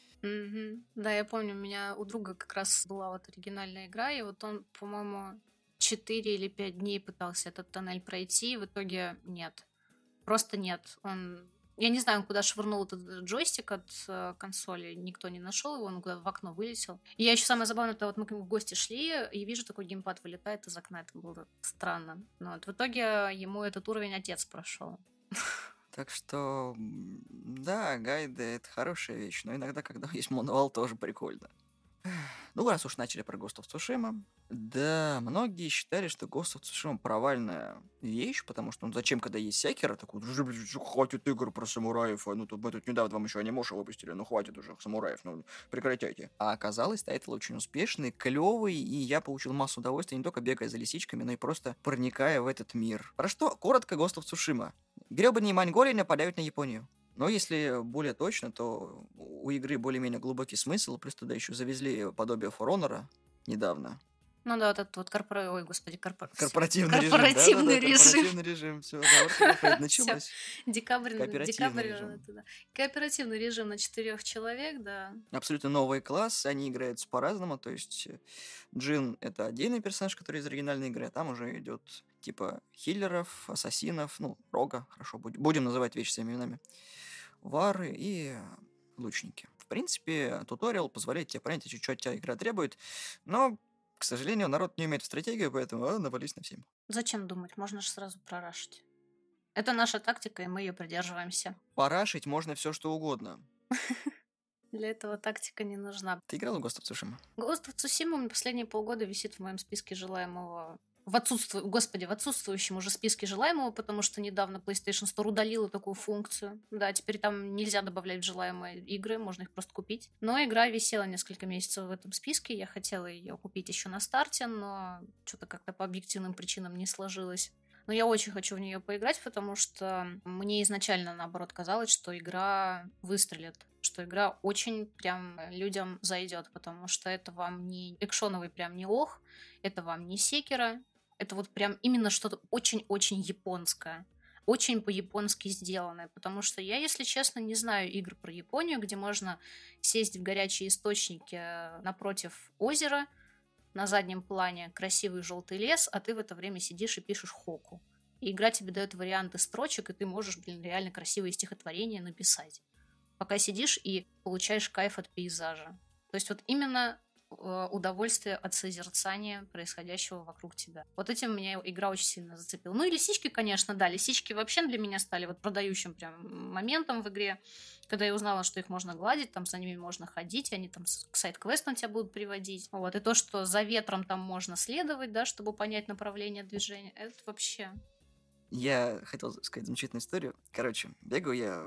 [SPEAKER 2] Да, я помню, у меня у друга как раз была вот оригинальная игра, и вот он, по-моему, 4 или 5 дней пытался этот тоннель пройти, и в итоге нет. Просто нет. Я не знаю, он куда швырнул этот джойстик от консоли, никто не нашел его, он куда в окно вылетел. И я еще самое забавное, это вот мы к нему в гости шли, и вижу, такой геймпад вылетает из окна, это было странно. Но вот в итоге ему этот уровень отец прошел.
[SPEAKER 1] Так что, да, гайды — это хорошая вещь, но иногда, когда есть мануал, тоже прикольно. Ну, раз уж начали про Ghost of Tsushima, да, многие считали, что Ghost of Tsushima провальная вещь, потому что, зачем, когда есть Секиро, такой, хватит игр про самураев, мы тут недавно вам еще анимошу выпустили, ну хватит уже самураев, ну прекращайте. А оказалось, тайтл очень успешный, клевый, и я получил массу удовольствия, не только бегая за лисичками, но и просто проникая в этот мир. Про что? Коротко, Ghost of Tsushima. Гребаные монголи нападают на Японию. Но если более точно, то у игры более-менее глубокий смысл, плюс туда еще завезли подобие For Honor недавно.
[SPEAKER 2] Ну да, вот этот вот корпоративный
[SPEAKER 1] Корпоративный режим. Корпоративный режим. Все, началось.
[SPEAKER 2] Декабрь, кооперативный режим на 4 человек, да.
[SPEAKER 1] Абсолютно новый класс, они играются по-разному, то есть Джин — это отдельный персонаж, который из оригинальной игры, а там уже идет типа хиллеров, ассасинов, ну, рога, хорошо, будем называть вещи своими именами, вары и лучники. В принципе, туториал позволяет тебе понять, что от тебя игра требует, но, к сожалению, народ не умеет в стратегию, поэтому навались на всем.
[SPEAKER 2] Зачем думать? Можно же сразу прорашить. Это наша тактика, и мы ее придерживаемся.
[SPEAKER 1] Порашить можно все что угодно.
[SPEAKER 2] Для этого тактика не нужна.
[SPEAKER 1] Ты играл в Ghost of Tsushima?
[SPEAKER 2] Ghost of Tsushima у меня последние полгода висит в моем списке желаемого в отсутствующем уже списке желаемого, потому что недавно PlayStation Store удалила такую функцию. Да, теперь там нельзя добавлять желаемые игры, можно их просто купить. Но игра висела несколько месяцев в этом списке, я хотела ее купить еще на старте, но что-то как-то по объективным причинам не сложилось. Но я очень хочу в нее поиграть, потому что мне изначально, наоборот, казалось, что игра выстрелит, что игра очень прям людям зайдет, потому что это вам не экшоновый прям не ох, это вам не Секиро, это вот прям именно что-то очень-очень японское, очень по-японски сделанное, потому что я, если честно, не знаю игр про Японию, где можно сесть в горячие источники напротив озера, на заднем плане красивый желтый лес, а ты в это время сидишь и пишешь хоку. И игра тебе дает варианты строчек, и ты можешь, реально красивые стихотворения написать, пока сидишь и получаешь кайф от пейзажа. То есть вот именно удовольствие от созерцания происходящего вокруг тебя. Вот этим меня игра очень сильно зацепила. Ну и лисички, конечно, да. Лисички вообще для меня стали вот продающим прям моментом в игре. Когда я узнала, что их можно гладить, там за ними можно ходить, они там к сайд-квестам тебя будут приводить. Вот. И то, что за ветром там можно следовать, да, чтобы понять направление движения, это вообще...
[SPEAKER 1] Я хотел сказать замечательную историю. Короче, бегаю я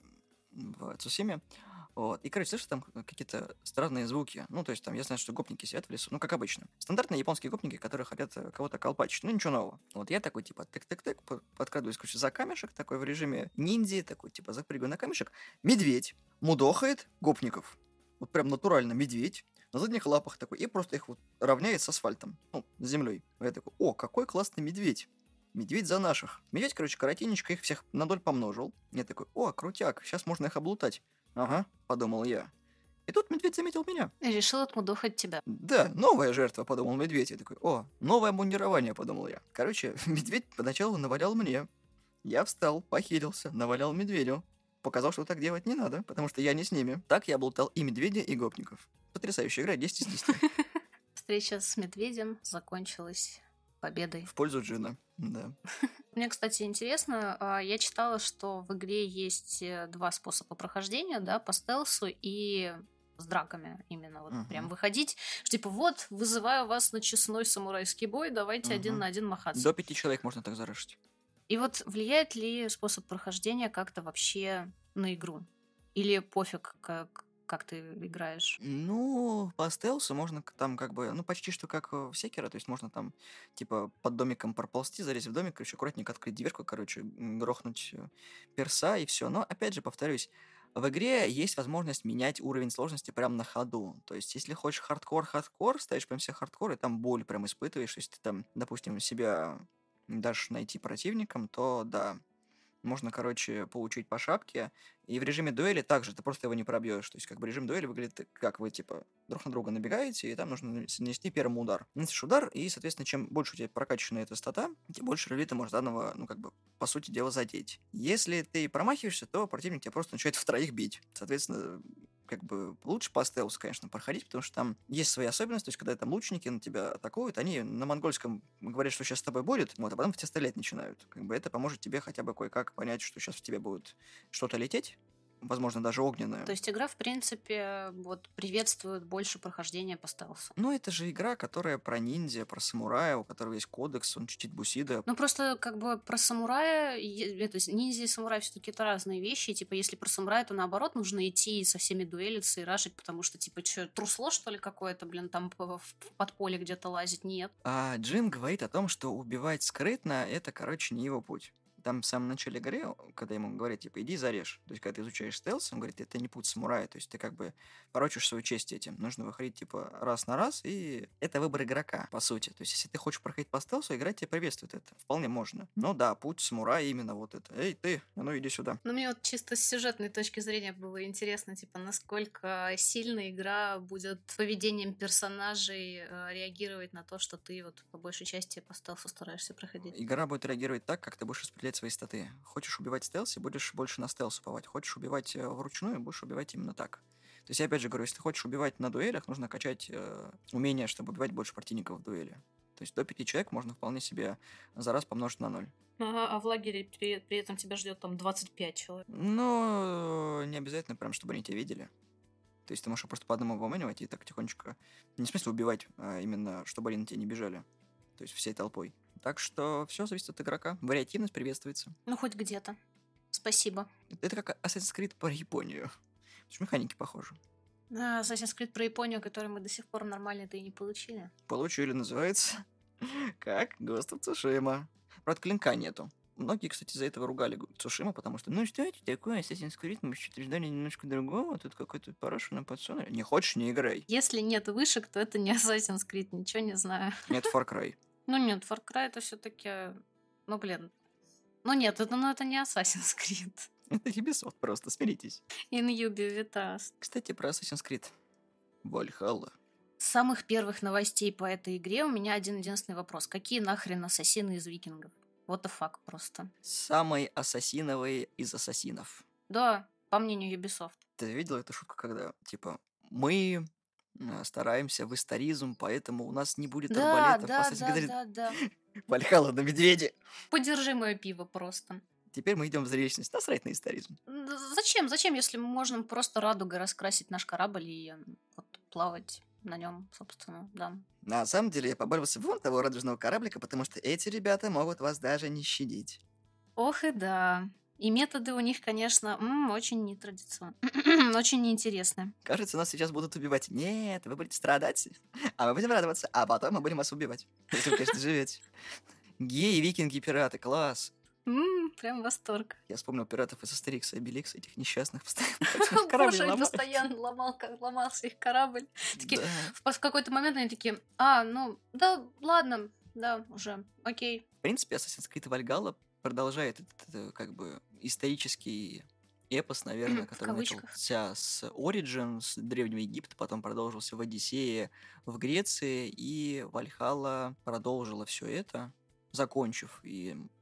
[SPEAKER 1] в Цусиме. Вот. И, короче, слышишь, там какие-то странные звуки. Ну, то есть там я знаю, что гопники сидят в лесу, ну, как обычно. Стандартные японские гопники, которые хотят кого-то колпачить. Ну, ничего нового. Вот я такой, типа, тык-тык-тык, подкрадываюсь, короче, за камешек, такой в режиме ниндзя, такой, типа, запрыгиваю на камешек. Медведь мудохает гопников. Вот прям натурально медведь. На задних лапах такой. И просто их вот равняет с асфальтом. Ну, с землей. Я такой, о, какой классный медведь. Медведь за наших. Медведь, короче, коротенечко их всех надоль помножил. Я такой, о, крутяк, сейчас можно их облутать. Ага, подумал я. И тут медведь заметил меня.
[SPEAKER 2] И решил отмудохать тебя.
[SPEAKER 1] Да, новая жертва, подумал медведь. Я такой, о, новое мундирование, подумал я. Короче, медведь поначалу навалял мне. Я встал, похилился, навалял медведю. Показал, что так делать не надо, потому что я не с ними. Так я облутал и медведя, и гопников. Потрясающая игра, 10 из 10.
[SPEAKER 2] Встреча с медведем закончилась победой.
[SPEAKER 1] В пользу Джина, да.
[SPEAKER 2] Мне, кстати, интересно, я читала, что в игре есть два способа прохождения, да, по стелсу и с драками именно. Вот прям
[SPEAKER 1] Мгм.
[SPEAKER 2] выходить, что типа вот, вызываю вас на честной самурайский бой, давайте один на
[SPEAKER 1] Мгм.
[SPEAKER 2] один махаться.
[SPEAKER 1] До 5 человек можно так зарашить.
[SPEAKER 2] И вот влияет ли способ прохождения как-то вообще на игру? Или пофиг, как ты играешь?
[SPEAKER 1] Ну, по стелсу можно там как бы, ну, почти что как в Секиро, то есть можно там, типа, под домиком проползти, залезть в домик, короче, аккуратненько открыть дверку, короче, грохнуть перса и все. Но, опять же, повторюсь, в игре есть возможность менять уровень сложности прямо на ходу. То есть, если хочешь хардкор, ставишь прям себе хардкор, и там боль прям испытываешь. Если ты там, допустим, себя дашь найти противником, то да, можно, короче, получить по шапке. И в режиме дуэли также ты просто его не пробьешь. То есть, как бы режим дуэли выглядит как вы, типа, друг на друга набегаете, и там нужно нанести первый удар. Нанесешь удар, и, соответственно, чем больше у тебя прокачана эта стата, тем больше реле ты можешь заново, ну, как бы, по сути дела, задеть. Если ты промахиваешься, то противник тебя просто начинает втроих бить. Соответственно, как бы лучше по стелсу, конечно, проходить, потому что там есть свои особенности, то есть, когда там лучники на тебя атакуют, они на монгольском говорят, что сейчас с тобой будет, вот, а потом в тебя стрелять начинают. Как бы это поможет тебе хотя бы кое-как понять, что сейчас в тебе будет что-то лететь, возможно, даже огненное.
[SPEAKER 2] То есть игра, в принципе, вот приветствует больше прохождения по стелсу.
[SPEAKER 1] Ну, это же игра, которая про ниндзя, про самурая, у которого есть кодекс, он чуть-чуть бусида.
[SPEAKER 2] Ну, просто как бы про самурая, это ниндзя и самурай все-таки это разные вещи. И, типа, если про самурая, то наоборот нужно идти и со всеми дуэлиться и рашить, потому что, типа, что, трусло, что ли, какое-то, блин, там в подполе где-то лазить? Нет.
[SPEAKER 1] А Джин говорит о том, что убивать скрытно, это, короче, не его путь. Там в самом начале игры, когда ему говорят, типа, иди зарежь. То есть, когда ты изучаешь стелс, он говорит, это не путь самурая. То есть, ты как бы порочишь свою честь этим. Нужно выходить, типа, раз на раз, и это выбор игрока, по сути. То есть, если ты хочешь проходить по стелсу, игра тебе приветствует это. Вполне можно. Но да, путь самурая именно вот это. Эй, ты, а ну иди сюда.
[SPEAKER 2] Ну, мне вот чисто с сюжетной точки зрения было интересно, типа, насколько сильно игра будет поведением персонажей реагировать на то, что ты вот по большей части по стелсу стараешься проходить.
[SPEAKER 1] Игра будет реагировать так, как ты будешь распределять свои статы. Хочешь убивать в стелсе, будешь больше на стелс уповать. Хочешь убивать вручную, будешь убивать именно так. То есть, я опять же говорю, если ты хочешь убивать на дуэлях, нужно качать умение, чтобы убивать больше противников в дуэли. То есть до 5 человек можно вполне себе за раз помножить на 0.
[SPEAKER 2] Ага, а в лагере при этом тебя ждет там 25 человек.
[SPEAKER 1] Но не обязательно прям, чтобы они тебя видели. То есть ты можешь просто по одному выманивать и так тихонечко... Не в смысле убивать, а именно, чтобы они на тебя не бежали. То есть всей толпой. Так что все зависит от игрока. Вариативность приветствуется.
[SPEAKER 2] Ну, хоть где-то. Спасибо.
[SPEAKER 1] Это как Assassin's Creed про Японию. Потому что механики похожи.
[SPEAKER 2] Assassin's Creed про Японию, который мы до сих пор нормально-то и не получили.
[SPEAKER 1] Получили, называется. Как Ghost of Tsushima. Правда, клинка нету. Многие, кстати, из-за этого ругали Цушима, потому что, ну что это такое, Assassin's Creed, мы что-то ждали немножко другого, тут какой-то порошенный подсунули. Не хочешь, не играй.
[SPEAKER 2] Если нет вышек, то это не Assassin's Creed, ничего не знаю.
[SPEAKER 1] Нет Far Cry.
[SPEAKER 2] Ну нет, Far Cry это все-таки... Ну блин. Ну нет, это не Assassin's Creed.
[SPEAKER 1] Это Ubisoft просто, смиритесь.
[SPEAKER 2] In Ubi Vitas.
[SPEAKER 1] Кстати, про Assassin's Creed. Valhalla.
[SPEAKER 2] С самых первых новостей по этой игре у меня один-единственный вопрос. Какие нахрен ассасины из викингов? What the fuck просто.
[SPEAKER 1] Самый ассасиновый из ассасинов.
[SPEAKER 2] Да, по мнению Ubisoft.
[SPEAKER 1] Ты видел эту шутку, когда, типа, мы стараемся в историзм, поэтому у нас не будет
[SPEAKER 2] Да,
[SPEAKER 1] арбалетов.
[SPEAKER 2] да,
[SPEAKER 1] Assassin's
[SPEAKER 2] да,
[SPEAKER 1] Creed
[SPEAKER 2] да, да.
[SPEAKER 1] Вальхалла на медведе.
[SPEAKER 2] Подержи мое пиво просто.
[SPEAKER 1] Теперь мы идем в зрелищность. Насрать на историзм.
[SPEAKER 2] Зачем? Зачем, если мы можем просто радугой раскрасить наш корабль и вот, плавать на нем, собственно, да.
[SPEAKER 1] На самом деле я побаивался вон того радужного кораблика, потому что эти ребята могут вас даже не щадить.
[SPEAKER 2] Ох и да. И методы у них, конечно, очень нетрадиционные. Очень неинтересные.
[SPEAKER 1] Кажется, нас сейчас будут убивать. Нет, вы будете страдать, а мы будем радоваться, а потом мы будем вас убивать. Если вы, конечно, живете. Геи, викинги, пираты, класс.
[SPEAKER 2] Прям восторг.
[SPEAKER 1] Я вспомнил пиратов из Астерикса и Обеликса, этих несчастных постоянно. Корабль
[SPEAKER 2] Боже,
[SPEAKER 1] ломают.
[SPEAKER 2] постоянно ломался их корабль. Такие,
[SPEAKER 1] Да.
[SPEAKER 2] в какой-то момент они такие, ну, да, ладно, да, уже, окей.
[SPEAKER 1] В принципе, Assassin's Creed Valhalla продолжает этот, как бы, исторический эпос, наверное,
[SPEAKER 2] В
[SPEAKER 1] который
[SPEAKER 2] кавычках.
[SPEAKER 1] начался с Origin, с Древнего Египта, потом продолжился в Одиссее, в Греции, и Вальхалла продолжила все это, закончив и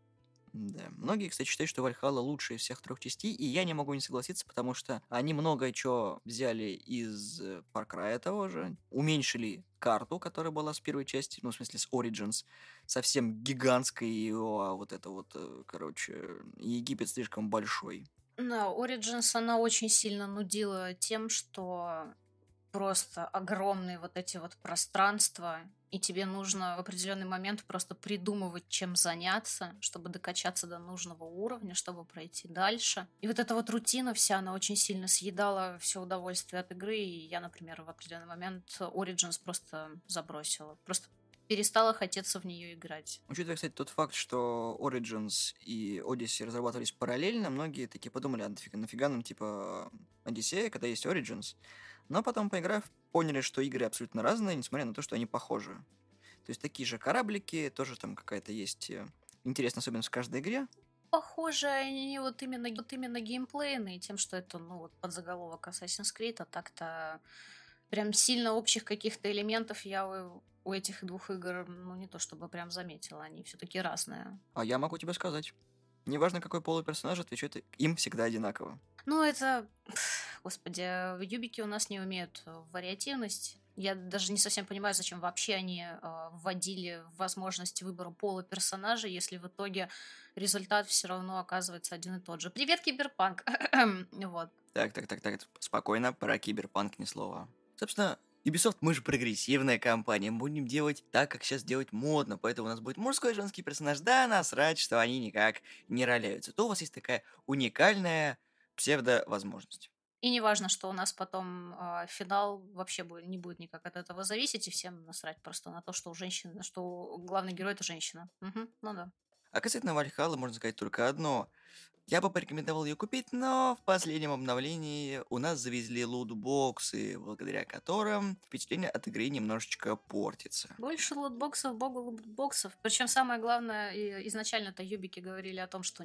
[SPEAKER 1] Да. Многие, кстати, считают, что Вальхалла лучшая из всех трех частей, и я не могу не согласиться, потому что они многое чё взяли из Far Cry того же, уменьшили карту, которая была с первой части, ну, в смысле, с Origins, совсем гигантской, вот это вот, короче, Египет слишком большой.
[SPEAKER 2] Да, Origins, она очень сильно нудила тем, что просто огромные вот эти вот пространства, и тебе нужно в определенный момент просто придумывать, чем заняться, чтобы докачаться до нужного уровня, чтобы пройти дальше. И вот эта вот рутина вся, она очень сильно съедала все удовольствие от игры, и я, например, в определенный момент Origins просто забросила. Просто перестала хотеться в нее играть.
[SPEAKER 1] Учитывая, кстати, тот факт, что Origins и Odyssey разрабатывались параллельно, многие такие подумали, а нафига нам, типа, Одиссея, когда есть Origins. Но потом, поиграв, поняли, что игры абсолютно разные, несмотря на то, что они похожи. То есть такие же кораблики, тоже там какая-то есть интересная особенность в каждой игре.
[SPEAKER 2] Похоже, они вот именно геймплейные, тем, что это, ну, вот подзаголовок Assassin's Creed, а так-то прям сильно общих каких-то элементов я у этих двух игр, ну, не то чтобы прям заметила, они все-таки разные.
[SPEAKER 1] А я могу тебе сказать. Неважно, какой пол у персонажа, отвечает им всегда одинаково.
[SPEAKER 2] Ну, это... Господи, юбики у нас не умеют вариативность. Я даже не совсем понимаю, зачем вообще они вводили возможность выбора пола персонажа, если в итоге результат все равно оказывается один и тот же. Привет, Киберпанк! Вот.
[SPEAKER 1] Так, спокойно, про Киберпанк ни слова. Собственно, Ubisoft, мы же прогрессивная компания, мы будем делать так, как сейчас делать модно, поэтому у нас будет мужской и женский персонаж, да, насрать, что они никак не роляются. То у вас есть такая уникальная псевдо-возможность.
[SPEAKER 2] И не важно, что у нас потом финал вообще не будет никак от этого зависеть, и всем насрать просто на то, что у женщины, что главный герой это женщина. Мгм, ну да.
[SPEAKER 1] А касательно Вальхаллы можно сказать только одно. Я бы порекомендовал ее купить, но в последнем обновлении у нас завезли лутбоксы, благодаря которым впечатление от игры немножечко портится.
[SPEAKER 2] Больше лутбоксов, богу лутбоксов. Причем самое главное, изначально-то юбики говорили о том, что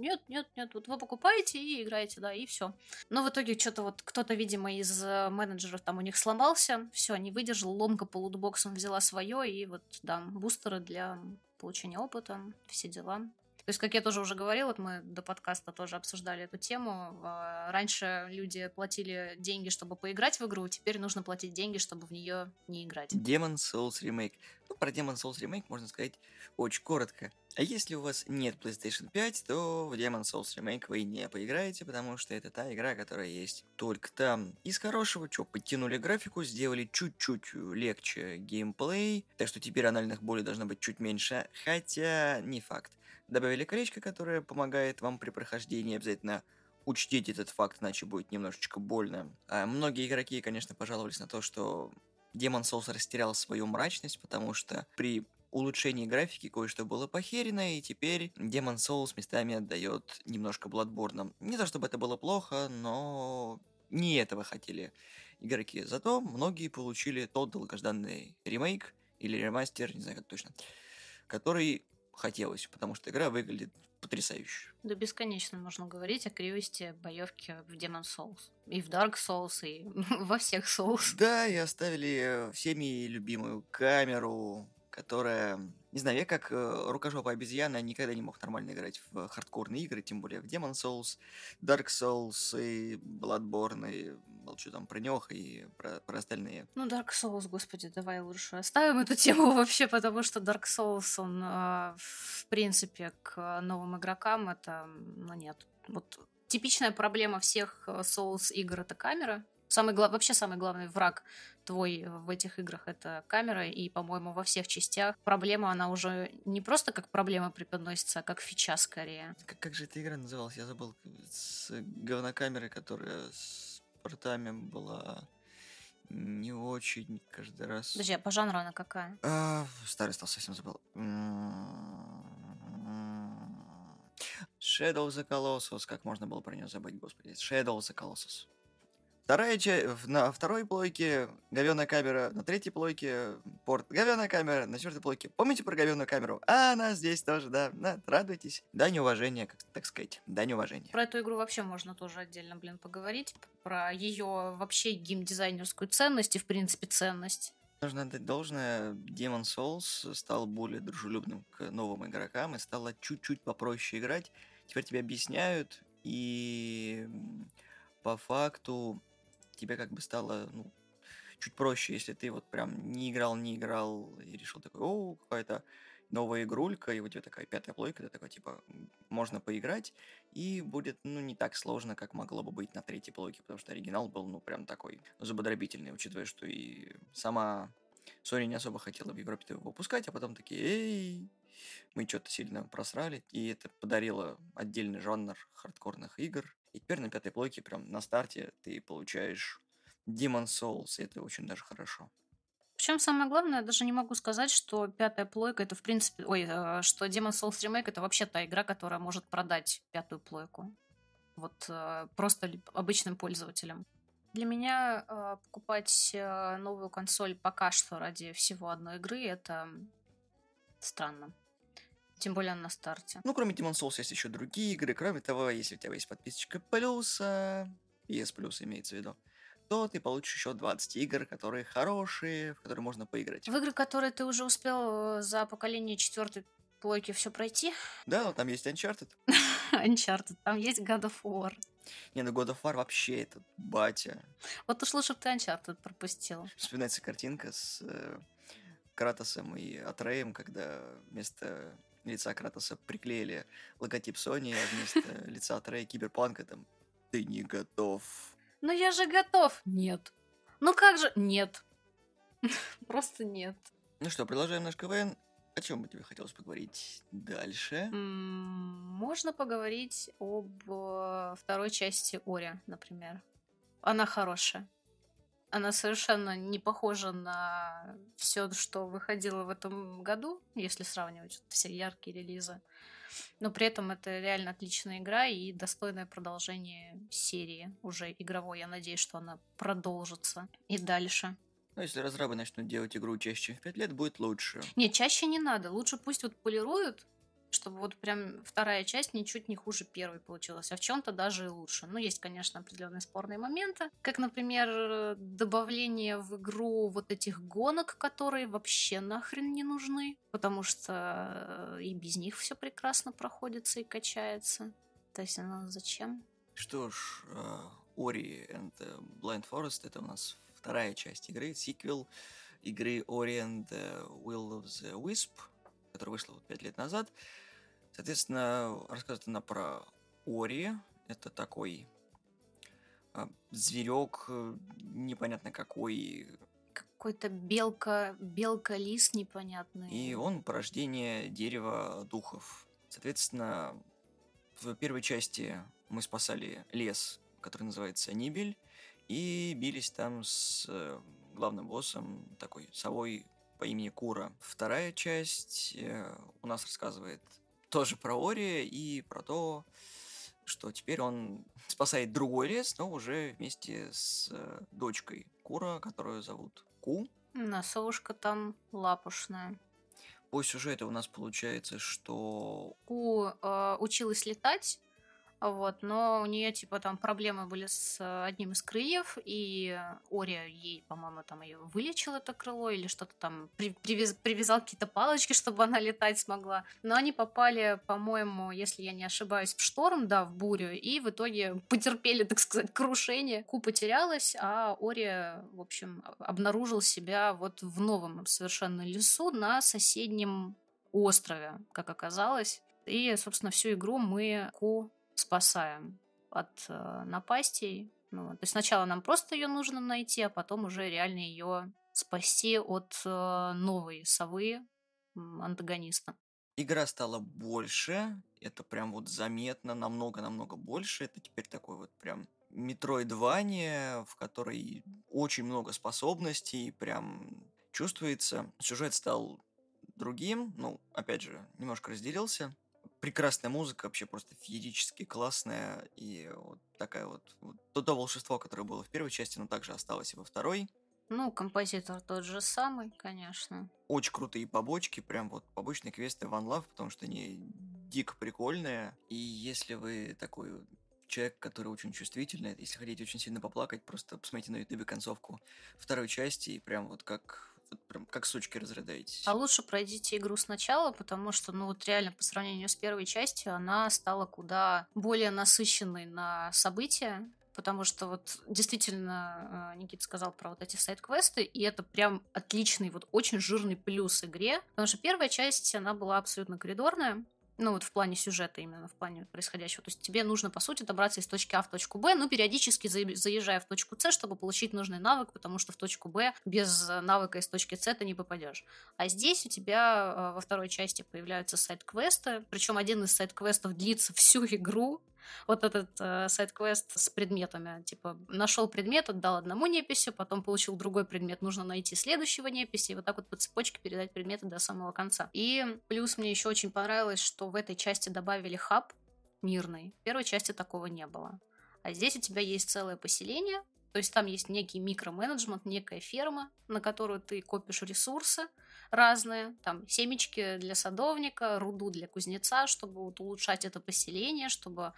[SPEAKER 2] нет, вот вы покупаете и играете, да, и все. Но в итоге что-то вот кто-то, видимо, из менеджеров там у них сломался, все, не выдержал, ломка по лутбоксам взяла свое, и вот, да, бустеры для получения опыта, все дела. То есть, как я тоже уже говорила, вот мы до подкаста тоже обсуждали эту тему. Раньше люди платили деньги, чтобы поиграть в игру, теперь нужно платить деньги, чтобы в нее не играть.
[SPEAKER 1] Demon's Souls Remake. Ну, про Demon's Souls Remake можно сказать очень коротко. А если у вас нет PlayStation 5, то в Demon's Souls Remake вы не поиграете, потому что это та игра, которая есть только там. Из хорошего, что, подтянули графику, сделали чуть-чуть легче геймплей, так что теперь анальных болей должно быть чуть меньше, хотя не факт. Добавили колечко, которое помогает вам при прохождении, обязательно учтите этот факт, иначе будет немножечко больно. А многие игроки, конечно, пожаловались на то, что Demon's Souls растерял свою мрачность, потому что при улучшении графики кое-что было похерено, и теперь Demon's Souls местами отдает немножко Bloodborne. Не то чтобы это было плохо, но не этого хотели игроки. Зато многие получили тот долгожданный ремейк или ремастер, не знаю как точно, который хотелось, потому что игра выглядит потрясающе.
[SPEAKER 2] Да бесконечно можно говорить о кривости боевки в Demon's Souls. И в Dark Souls, и во всех Souls.
[SPEAKER 1] Да, и оставили всеми любимую камеру, которая... Не знаю, я как рукожопая обезьяна никогда не мог нормально играть в хардкорные игры, тем более в Demon's Souls, Dark Souls и Bloodborne, и молчу там про Нёх и про остальные.
[SPEAKER 2] Ну, Dark Souls, господи, давай лучше оставим эту тему вообще, потому что Dark Souls, он, в принципе, к новым игрокам это, ну, нет. Вот типичная проблема всех Souls игр — это камера. Вообще самый главный враг твой в этих играх — это камера, и, по-моему, во всех частях проблема, она уже не просто как проблема преподносится, а как фича скорее.
[SPEAKER 1] Как же эта игра называлась? Я забыл. С говнокамерой, которая с портами была не очень каждый раз.
[SPEAKER 2] Подожди, а по жанру она какая?
[SPEAKER 1] Старый стал, совсем забыл. Shadow of the Colossus. Как можно было про нее забыть, господи? Shadow of the Colossus. Вторая часть, на второй плойке говёная камера, на третьей плойке порт говёная камера, на четвертой плойке. Помните про говёную камеру? А она здесь тоже, да, радуйтесь. Дань уважения, как так сказать, дань уважения.
[SPEAKER 2] Про эту игру вообще можно тоже отдельно, поговорить. Про ее вообще геймдизайнерскую ценность и, в принципе, ценность.
[SPEAKER 1] Нужно отдать должное, Demon Souls стал более дружелюбным к новым игрокам и стало чуть-чуть попроще играть. Теперь тебе объясняют, и по факту тебе как бы стало, ну, чуть проще, если ты вот прям не играл и решил такой, о, какая-то новая игрулька, и у тебя такая пятая плойка, ты такой, типа, можно поиграть, и будет, ну, не так сложно, как могло бы быть на третьей плойке, потому что оригинал был, ну, прям такой зубодробительный, учитывая, что и сама Sony не особо хотела в Европе его выпускать, а потом такие, эй, мы что-то сильно просрали, и это подарило отдельный жанр хардкорных игр. И теперь на пятой плойке, прям на старте, ты получаешь Demon Souls, и это очень даже хорошо.
[SPEAKER 2] Причем самое главное, я даже не могу сказать, что пятая плойка это в принципе, что Demon Souls Remake это вообще та игра, которая может продать пятую плойку. Вот просто обычным пользователям. Для меня покупать новую консоль пока что ради всего одной игры это странно. Тем более на старте.
[SPEAKER 1] Ну, кроме Demon Souls есть еще другие игры. Кроме того, если у тебя есть подписочка плюса, PS Plus имеется в виду, то ты получишь еще 20 игр, которые хорошие, в которые можно поиграть.
[SPEAKER 2] В игры, которые ты уже успел за поколение четвертой плойки все пройти,
[SPEAKER 1] Да, но там есть Uncharted.
[SPEAKER 2] Uncharted, там есть God of War.
[SPEAKER 1] Не, ну God of War вообще это батя.
[SPEAKER 2] Вот уж лучше бы ты Uncharted пропустил.
[SPEAKER 1] Вспоминается картинка с Кратосом и Атреем, когда вместо лица Кратоса приклеили логотип Sony, а вместо лица Атрея Киберпанка там «Ты не готов».
[SPEAKER 2] Ну я же готов. Нет. Ну как же? Нет. Просто нет.
[SPEAKER 1] Ну что, продолжаем наш КВН. О чем бы тебе хотелось поговорить дальше?
[SPEAKER 2] Можно поговорить об второй части Ори, например. Она хорошая. Она совершенно не похожа на все, что выходило в этом году, если сравнивать все яркие релизы. Но при этом это реально отличная игра и достойное продолжение серии уже игровой. Я надеюсь, что она продолжится и дальше.
[SPEAKER 1] Ну, если разрабы начнут делать игру чаще, чем в 5 лет, будет лучше.
[SPEAKER 2] Не, чаще не надо. Лучше пусть вот полируют, чтобы вот прям вторая часть ничуть не хуже первой получилась, а в чем-то даже и лучше. Ну, есть, конечно, определенные спорные моменты, как, например, добавление в игру вот этих гонок, которые вообще нахрен не нужны, потому что и без них все прекрасно проходится и качается. То есть, ну, зачем?
[SPEAKER 1] Что ж, Ori and the Blind Forest — это у нас вторая часть игры, сиквел игры Ori and the Will of the Wisp, которая вышла вот 5 лет назад. Соответственно, рассказывает она про Ори. Это такой зверек, непонятно какой.
[SPEAKER 2] Какой-то белка-лис непонятный.
[SPEAKER 1] И он порождение дерева духов. Соответственно, в первой части мы спасали лес, который называется Нибель, и бились там с главным боссом, такой совой по имени Кура. Вторая часть у нас рассказывает тоже про Ори и про то, что теперь он спасает другой лес, но уже вместе с дочкой Кура, которую зовут Ку.
[SPEAKER 2] Совушка там лапушная.
[SPEAKER 1] По сюжету у нас получается, что
[SPEAKER 2] Ку училась летать, вот, но у нее типа там проблемы были с одним из крыльев, и Ория ей, по-моему, там ее вылечил это крыло или что-то там привязал какие-то палочки, чтобы она летать смогла. Но они попали, по-моему, если я не ошибаюсь, в шторм, да, в бурю, и в итоге потерпели, так сказать, крушение. Ку потерялась, а Ория, в общем, обнаружил себя вот в новом совершенно лесу на соседнем острове, как оказалось. И, собственно, всю игру мы Ку спасаем от напастей. Ну, то есть сначала нам просто ее нужно найти, а потом уже реально ее спасти от новой совы антагониста.
[SPEAKER 1] игра стала больше, это прям вот заметно, намного-намного больше. Это теперь такой вот прям метроидвания, в которой очень много способностей, прям чувствуется. Сюжет стал другим, ну, опять же, немножко разделился. Прекрасная музыка, вообще просто феерически классная, и вот такая вот то волшебство, которое было в первой части, оно также осталось и во второй.
[SPEAKER 2] Ну, композитор тот же самый, конечно.
[SPEAKER 1] Очень крутые побочки, прям вот побочные квесты One Love, потому что они дико прикольные. И если вы такой вот человек, который очень чувствительный, если хотите очень сильно поплакать, просто посмотрите на ютубе концовку второй части, и прям вот как Вот прям как сучки
[SPEAKER 2] А
[SPEAKER 1] разрыдаетесь.
[SPEAKER 2] лучше пройдите игру сначала, потому что, ну вот реально по сравнению с первой частью, она стала куда более насыщенной на события, потому что вот действительно Никита сказал про вот эти сайд-квесты, и это прям отличный, вот очень жирный плюс игре, потому что первая часть, она была абсолютно коридорная, ну вот в плане сюжета именно, в плане происходящего. То есть тебе нужно, по сути, добраться из точки А в точку Б, ну, периодически заезжая в точку С, чтобы получить нужный навык, потому что в точку Б без навыка из точки С ты не попадешь. А здесь у тебя во второй части появляются сайд-квесты, причем один из сайд-квестов длится всю игру. Вот этот сайд-квест с предметами. Типа, нашел предмет, отдал одному неписью, потом получил другой предмет, нужно найти следующего неписи, и вот так вот по цепочке передать предметы до самого конца. И плюс мне еще очень понравилось, что в этой части добавили хаб мирный. В первой части такого не было. А здесь у тебя есть целое поселение, то есть там есть некий микроменеджмент, некая ферма, на которую ты копишь ресурсы разные, там семечки для садовника, руду для кузнеца, чтобы вот улучшать это поселение, чтобы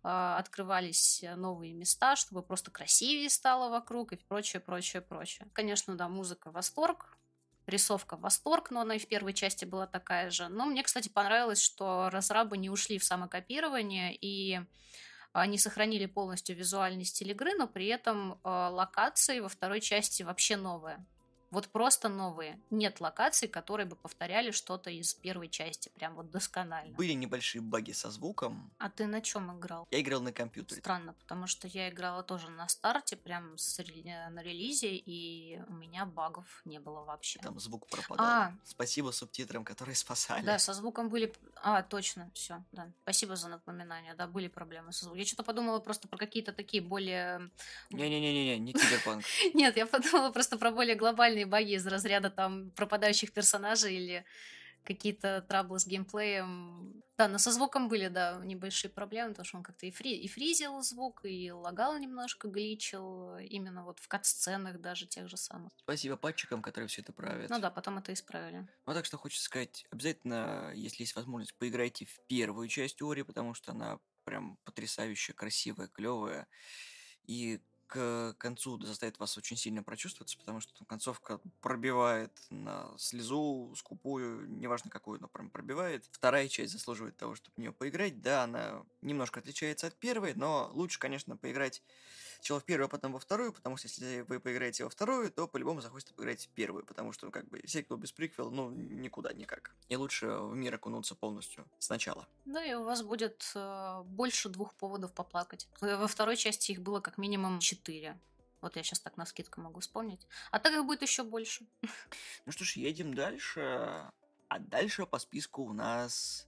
[SPEAKER 2] открывались новые места, чтобы просто красивее стало вокруг и прочее, прочее, прочее. Конечно, да, музыка восторг, рисовка восторг, но она и в первой части была такая же. Но мне, кстати, понравилось, что разрабы не ушли в самокопирование и они сохранили полностью визуальный стиль игры, но при этом локации во второй части вообще новые. Вот просто новые. Нет локаций, которые бы повторяли что-то из первой части. Прям вот досконально.
[SPEAKER 1] Были небольшие баги со звуком.
[SPEAKER 2] А ты на чем играл?
[SPEAKER 1] Я играл на компьютере.
[SPEAKER 2] Странно, потому что я играла тоже на старте, прям на релизе, и у меня багов не было вообще.
[SPEAKER 1] Там звук пропадал. Спасибо субтитрам, которые спасали.
[SPEAKER 2] Да, со звуком были... точно, все, да. Спасибо за напоминание, да, были проблемы со звуком. Я что-то подумала просто про какие-то такие более...
[SPEAKER 1] Не-не-не, не киберпанк.
[SPEAKER 2] Нет, я подумала просто про более глобальные баги из разряда там пропадающих персонажей или какие-то траблы с геймплеем. Да, но со звуком были, да, небольшие проблемы, потому что он как-то и фризил звук, и лагал немножко, гличил, именно вот в кат-сценах даже тех же самых.
[SPEAKER 1] Спасибо патчикам, которые все это правят.
[SPEAKER 2] Ну да, потом это исправили.
[SPEAKER 1] Ну так что хочется сказать, обязательно, если есть возможность, поиграйте в первую часть Ори, потому что она прям потрясающе красивая, клевая. И к концу заставит вас очень сильно прочувствоваться, потому что концовка пробивает на слезу скупую, неважно какую, но прям пробивает. Вторая часть заслуживает того, чтобы в нее поиграть. Да, она немножко отличается от первой, но лучше, конечно, поиграть сначала в первую, а потом во вторую, потому что если вы поиграете во вторую, то по-любому захочется поиграть в первую, потому что, как бы, сиквел без приквел, ну, никуда никак. И лучше в мир окунуться полностью сначала.
[SPEAKER 2] Да, и у вас будет больше 2 поводов поплакать. Во второй части их было как минимум 4. Вот я сейчас так навскидку могу вспомнить. А так их будет еще больше.
[SPEAKER 1] Ну что ж, едем дальше. А дальше по списку у нас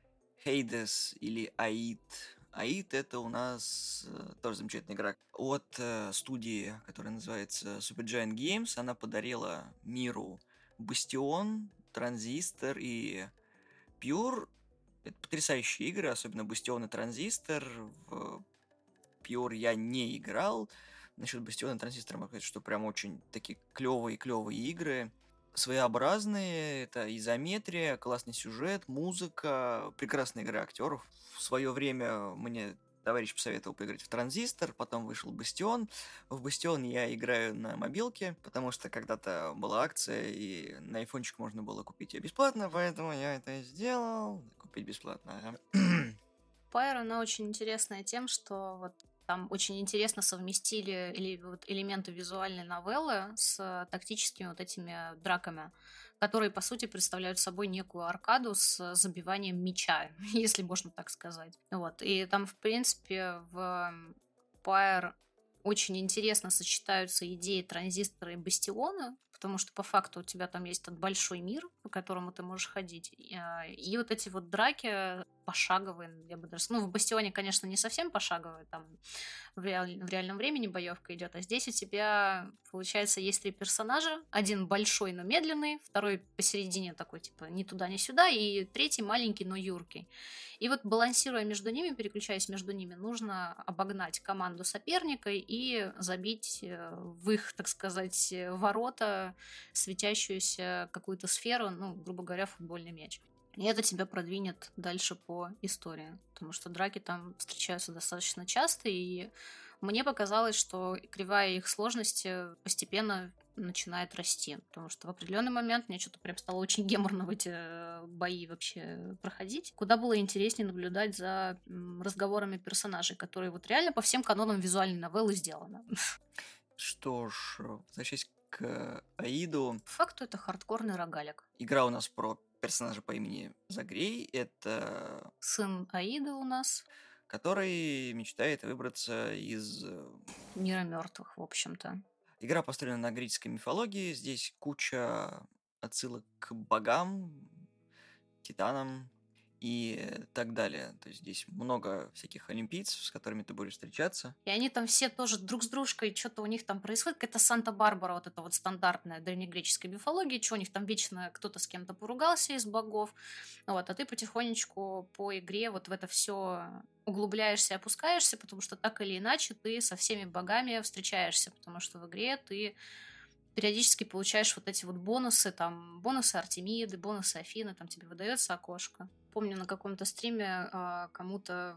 [SPEAKER 1] Hades или Аид. Аид это у нас тоже замечательная игра от студии, которая называется Supergiant Games. Она подарила миру Бастион, Транзистор и Pure. Это потрясающие игры, особенно Бастион и Транзистор. В Pure я не играл. Насчет Бастиона и Транзистора могу сказать, что прям очень такие клевые игры. Своеобразные, это изометрия, классный сюжет, музыка, прекрасная игра актеров. В свое время мне товарищ посоветовал поиграть в Транзистор, потом вышел Бастион. В Бастион я играю на мобилке, потому что когда-то была акция, и на айфончик можно было купить ее бесплатно, поэтому я это и сделал. Купить бесплатно.
[SPEAKER 2] Pyre, она очень интересная тем, что вот там очень интересно совместили элементы визуальной новеллы с тактическими вот этими драками, которые, по сути, представляют собой некую аркаду с забиванием мяча, если можно так сказать. Вот. И там, в принципе, в Pyre очень интересно сочетаются идеи транзистора и бастиона, потому что по факту у тебя там есть этот большой мир, по которому ты можешь ходить. И вот эти вот драки пошаговые, я бы даже... Ну, в Бастионе, конечно, не совсем пошаговые, там в реальном времени боевка идет, а здесь у тебя, получается, есть 3 персонажа. Один большой, но медленный, второй посередине такой, типа, ни туда, ни сюда, и третий маленький, но юркий. И вот балансируя между ними, переключаясь между ними, нужно обогнать команду соперника и забить в их, так сказать, ворота светящуюся какую-то сферу, ну, грубо говоря, футбольный мяч. И это тебя продвинет дальше по истории, потому что драки там встречаются достаточно часто, и Мне показалось, что кривая их сложности постепенно начинает расти, потому что в определенный момент мне что-то прям стало очень геморно в эти бои вообще проходить. Куда было интереснее наблюдать за разговорами персонажей, которые вот реально по всем канонам визуальной новеллы сделаны.
[SPEAKER 1] Что ж, возвращаясь к Аиду,
[SPEAKER 2] По факту это хардкорный рогалик.
[SPEAKER 1] игра у нас про персонажа по имени Загрей. Это
[SPEAKER 2] Сын Аида у нас,
[SPEAKER 1] который мечтает выбраться из...
[SPEAKER 2] мира мертвых, в общем-то.
[SPEAKER 1] Игра построена на греческой мифологии. Здесь куча отсылок к богам, титанам и так далее. То есть здесь много всяких олимпийцев, с которыми ты будешь встречаться.
[SPEAKER 2] И они там все тоже друг с дружкой, что-то у них там происходит, какая-то Санта-Барбара, вот это вот стандартная древнегреческая мифология, что у них там вечно кто-то с кем-то поругался из богов, вот, а ты потихонечку по игре вот в это все углубляешься и опускаешься, потому что так или иначе ты со всеми богами встречаешься, потому что в игре ты периодически получаешь вот эти вот бонусы, там, бонусы Артемиды, бонусы Афины, там тебе выдается окошко. Помню, на каком-то стриме кому-то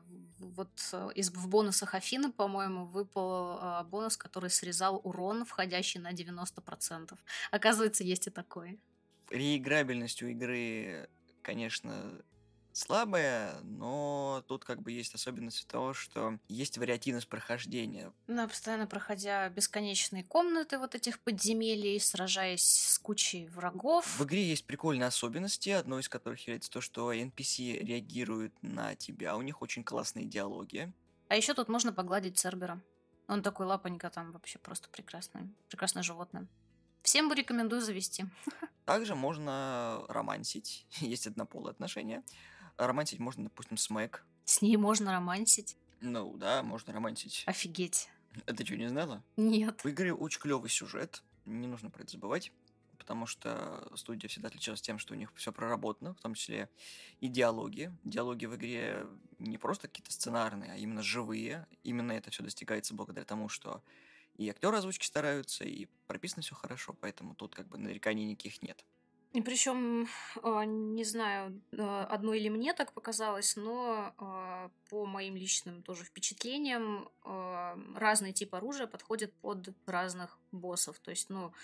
[SPEAKER 2] в бонусах Афины, по-моему, выпал бонус, который срезал урон, входящий на 90%. Оказывается, есть и такой.
[SPEAKER 1] Реиграбельность у игры, конечно, слабая, но тут как бы есть особенность того, что есть вариативность прохождения.
[SPEAKER 2] Ну, постоянно проходя бесконечные комнаты вот этих подземелий, сражаясь с кучей врагов.
[SPEAKER 1] В игре есть прикольные особенности, одной из которых является то, что NPC реагируют на тебя, у них очень классные диалоги.
[SPEAKER 2] А еще тут можно погладить Цербера. Он такой лапонька там вообще просто прекрасный. Прекрасное животное. Всем бы рекомендую завести.
[SPEAKER 1] Также можно романсить, есть однополые отношения. Романсить можно, допустим, с Мэг.
[SPEAKER 2] С ней можно романсить.
[SPEAKER 1] Ну да, можно романсить.
[SPEAKER 2] Офигеть.
[SPEAKER 1] Это что, не знала?
[SPEAKER 2] Нет.
[SPEAKER 1] В игре очень клевый сюжет, не нужно про это забывать, потому что студия всегда отличалась тем, что у них все проработано, в том числе и диалоги. Диалоги в игре не просто какие-то сценарные, а именно живые. Именно это все достигается благодаря тому, что и актеры озвучки стараются, и прописано все хорошо, поэтому тут как бы нареканий никаких нет.
[SPEAKER 2] И причем, не знаю, одно или мне так показалось, но по моим личным тоже впечатлениям, разный тип оружия подходит под разных боссов. То есть, ну,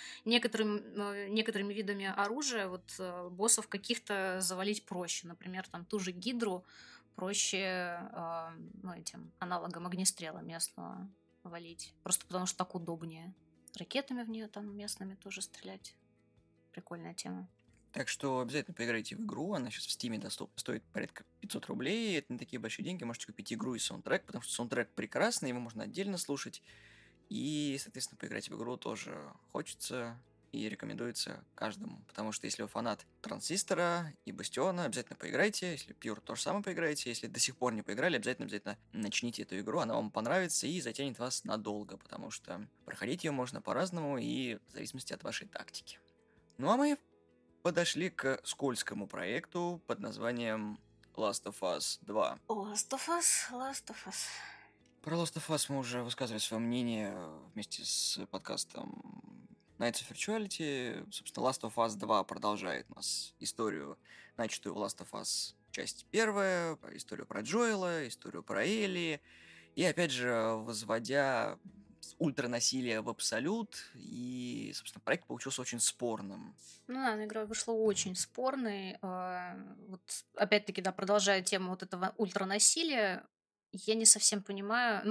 [SPEAKER 2] некоторыми видами оружия вот боссов каких-то завалить проще. Например, там ту же гидру проще этим аналогом огнестрела местного валить. Просто потому что так удобнее. Ракетами в нее там местными тоже стрелять. Прикольная тема.
[SPEAKER 1] Так что обязательно поиграйте в игру, она сейчас в Стиме доступна, стоит порядка 500 рублей, это не такие большие деньги, можете купить игру и саундтрек, потому что саундтрек прекрасный, его можно отдельно слушать, и, соответственно, поиграть в игру тоже хочется и рекомендуется каждому, потому что если вы фанат Транзистора и Бастиона, обязательно поиграйте, если Pure, то же самое поиграйте, если до сих пор не поиграли, обязательно начните эту игру, она вам понравится и затянет вас надолго, потому что проходить ее можно по-разному и в зависимости от вашей тактики. Ну а мы подошли к скользкому проекту под названием Last of Us 2.
[SPEAKER 2] Last of Us.
[SPEAKER 1] Про Last of Us мы уже высказывали свое мнение вместе с подкастом Nights of Virtuality. Собственно, Last of Us 2 продолжает у нас историю, начатую в Last of Us часть первая, историю про Джоэла, историю про Элли. И опять же, возводя ультранасилие в абсолют, и, собственно, проект получился очень спорным.
[SPEAKER 2] Ну да, игра вышла очень спорной. Вот опять-таки, да, продолжая тему вот этого ультранасилия, я не совсем понимаю,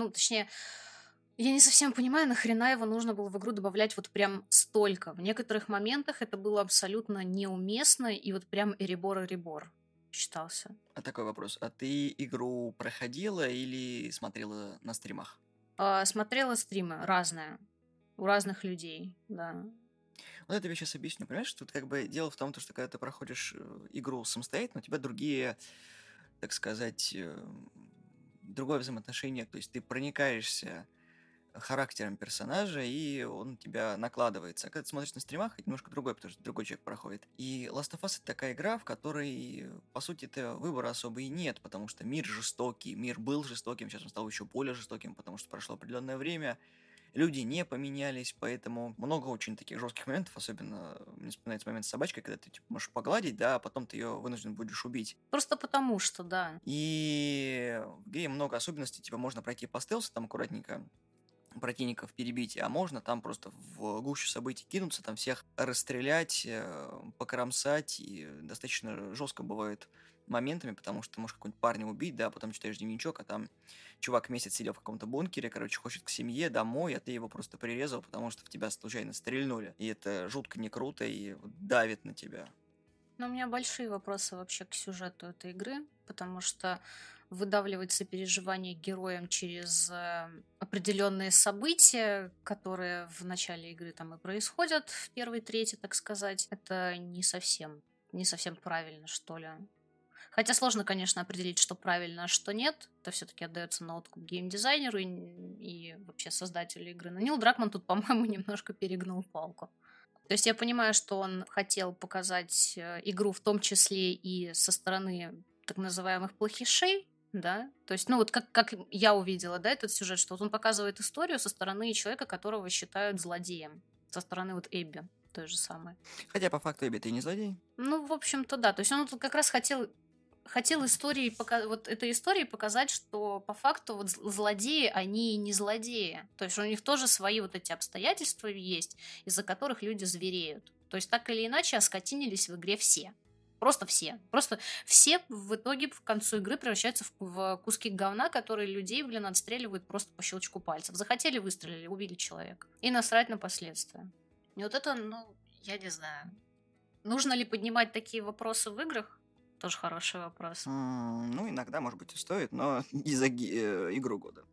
[SPEAKER 2] я не совсем понимаю, нахрена его нужно было в игру добавлять вот прям столько. В некоторых моментах это было абсолютно неуместно, и вот прям эребор считался.
[SPEAKER 1] А такой вопрос. А ты игру проходила или смотрела на стримах?
[SPEAKER 2] Смотрела стримы разные, у разных людей, да.
[SPEAKER 1] Вот это я сейчас объясню. Понимаешь, что тут как бы дело в том, что когда ты проходишь игру самостоятельно, у тебя другие, так сказать, другое взаимоотношение. То есть ты проникаешься характером персонажа, и он у тебя накладывается. А когда ты смотришь на стримах, это немножко другой, потому что другой человек проходит. И Last of Us — это такая игра, в которой, по сути, выбора особо и нет, потому что мир жестокий, мир был жестоким, сейчас он стал еще более жестоким, потому что прошло определенное время, люди не поменялись, поэтому много очень таких жестких моментов, особенно мне вспоминается момент с собачкой, когда ты типа, можешь погладить, да, а потом ты ее вынужден будешь убить.
[SPEAKER 2] Просто потому что, да.
[SPEAKER 1] И в игре много особенностей, типа можно пройти по стелсу там аккуратненько, противников перебить, а можно там просто в гущу событий кинуться, там всех расстрелять, покромсать, и достаточно жестко бывает моментами, потому что ты можешь какого-нибудь парня убить, да, а потом читаешь дневничок, а там чувак месяц сидел в каком-то бункере, короче, хочет к семье, домой, а ты его просто прирезал, потому что в тебя случайно стрельнули. И это жутко не круто и вот давит на тебя.
[SPEAKER 2] Но у меня большие вопросы вообще к сюжету этой игры, потому что выдавливать сопереживание героям через определенные события, которые в начале игры там и происходят, в первой трети, так сказать, это не совсем правильно, что ли. Хотя сложно, конечно, определить, что правильно, а что нет. Это все-таки отдается на откуп геймдизайнеру и вообще создателю игры. Но Нил Дракман тут, по-моему, немножко перегнул палку. То есть я понимаю, что он хотел показать игру в том числе и со стороны так называемых плохишей, да, то есть, ну вот как я увидела, да, этот сюжет, что вот он показывает историю со стороны человека, которого считают злодеем, со стороны вот Эбби, той же самой.
[SPEAKER 1] Хотя по факту Эбби ты не злодей.
[SPEAKER 2] Ну, в общем-то, да, то есть он тут как раз хотел вот этой историей показать, что по факту вот злодеи, они не злодеи. То есть у них тоже свои вот эти обстоятельства есть, из-за которых люди звереют. То есть так или иначе оскотинились в игре все. Просто все. Просто все в итоге в концу игры превращаются в куски говна, которые людей, отстреливают просто по щелчку пальцев. Захотели, выстрелили, убили человека. И насрать на последствия. И вот это, ну, я не знаю. Нужно ли поднимать такие вопросы в играх? Тоже хороший вопрос.
[SPEAKER 1] Ну, иногда, может быть, и стоит, но не за игру года.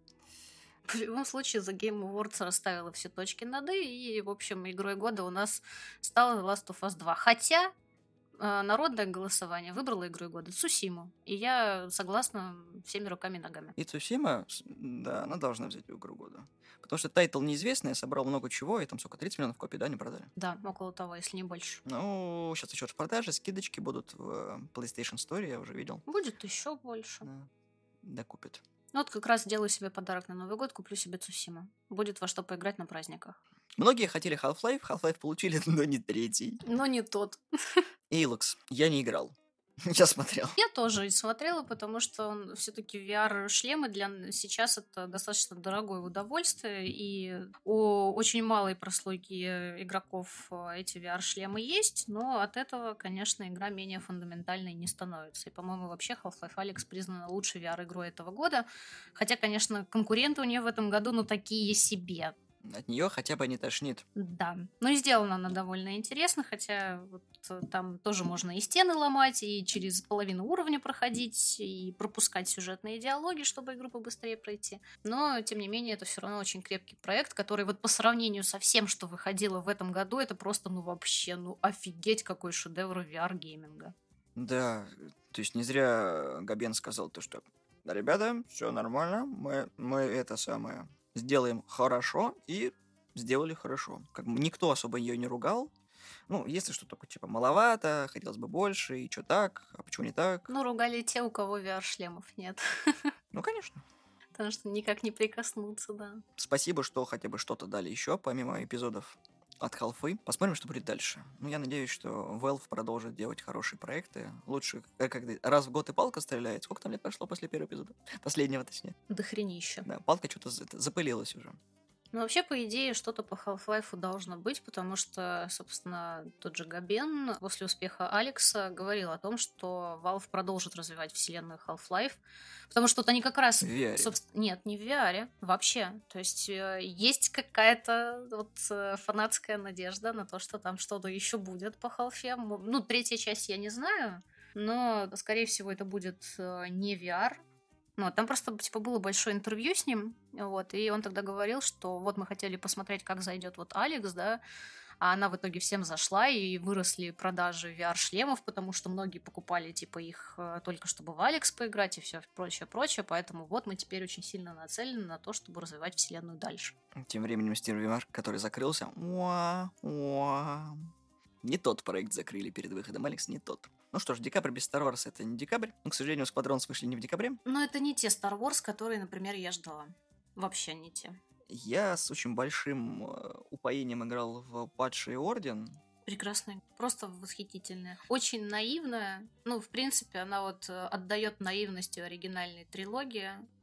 [SPEAKER 2] В любом случае, The Game Awards расставила все точки над «и», и, в общем, игрой года у нас стала The Last of Us 2. Хотя народное голосование выбрало игрой года Цусиму. И я согласна всеми руками и ногами.
[SPEAKER 1] И Цусима, да, она должна взять игру года. Потому что тайтл неизвестный, собрал много чего, и там сколько, 30 миллионов копий, да, не продали?
[SPEAKER 2] Да, около того, если не больше.
[SPEAKER 1] Ну, сейчас еще распродажи, скидочки будут в PlayStation Store, я уже видел.
[SPEAKER 2] Будет еще больше.
[SPEAKER 1] Да, купят.
[SPEAKER 2] Ну, вот как раз делаю себе подарок на Новый год, куплю себе Цусиму. Будет во что поиграть на праздниках.
[SPEAKER 1] Многие хотели Half-Life получили, но не третий.
[SPEAKER 2] Но не тот.
[SPEAKER 1] Alyx, я не играл. Я смотрел.
[SPEAKER 2] Я тоже смотрела, потому что он все-таки VR-шлемы сейчас это достаточно дорогое удовольствие, и у очень малой прослойки игроков эти VR-шлемы есть, но от этого, конечно, игра менее фундаментальной не становится. И, по-моему, вообще Half-Life Alyx признана лучшей VR-игрой этого года, хотя, конечно, конкуренты у нее в этом году, ну, такие себе.
[SPEAKER 1] От нее хотя бы не тошнит.
[SPEAKER 2] Да. Ну и сделана она довольно интересно, хотя вот там тоже можно и стены ломать, и через половину уровня проходить, и пропускать сюжетные диалоги, чтобы игру побыстрее пройти. Но, тем не менее, это все равно очень крепкий проект, который вот по сравнению со всем, что выходило в этом году, это просто, ну вообще, ну офигеть, какой шедевр VR-гейминга.
[SPEAKER 1] Да, то есть не зря Габен сказал то, что да, ребята, все нормально, мы это самое сделаем хорошо, и сделали хорошо. Как бы никто особо ее не ругал. Ну, если что, только типа маловато, хотелось бы больше, и что так, а почему не так?
[SPEAKER 2] Ну, ругали те, у кого VR-шлемов нет.
[SPEAKER 1] Ну, конечно.
[SPEAKER 2] Потому что никак не прикоснуться, да.
[SPEAKER 1] Спасибо, что хотя бы что-то дали еще, помимо эпизодов от Халфы. Посмотрим, что будет дальше. Ну, я надеюсь, что Valve продолжит делать хорошие проекты. Лучше, когда раз в год и палка стреляет. Сколько там лет прошло после первого эпизода? Последнего, точнее.
[SPEAKER 2] Дохренища.
[SPEAKER 1] Да, палка что-то запылилась уже.
[SPEAKER 2] Ну, вообще, по идее, что-то по Half-Life должно быть, потому что, собственно, тот же Габен после успеха Алекса говорил о том, что Valve продолжит развивать вселенную Half-Life, потому что вот они как раз...
[SPEAKER 1] В VR.
[SPEAKER 2] Нет, не в VR, вообще. То есть есть какая-то вот фанатская надежда на то, что там что-то еще будет по Half-Life. Ну, третья часть я не знаю, но, скорее всего, это будет не VR. Ну, там просто, типа, было большое интервью с ним, вот, и он тогда говорил, что вот мы хотели посмотреть, как зайдет вот Алекс, да, а она в итоге всем зашла, и выросли продажи VR-шлемов, потому что многие покупали, типа, их только чтобы в Алекс поиграть и все прочее, поэтому вот мы теперь очень сильно нацелены на то, чтобы развивать вселенную дальше.
[SPEAKER 1] Тем временем Steam, который закрылся, не тот проект закрыли перед выходом, Алекс, не тот. Ну что ж, декабрь без Star Wars это не декабрь. Но, к сожалению, Squadrons вышли не в декабре.
[SPEAKER 2] Но это не те Star Wars, которые, например, я ждала. Вообще не те.
[SPEAKER 1] Я с очень большим упоением играл в Падший Орден.
[SPEAKER 2] Прекрасная, просто восхитительная. Очень наивная. Ну, в принципе, она вот отдает наивностью оригинальной трилогии.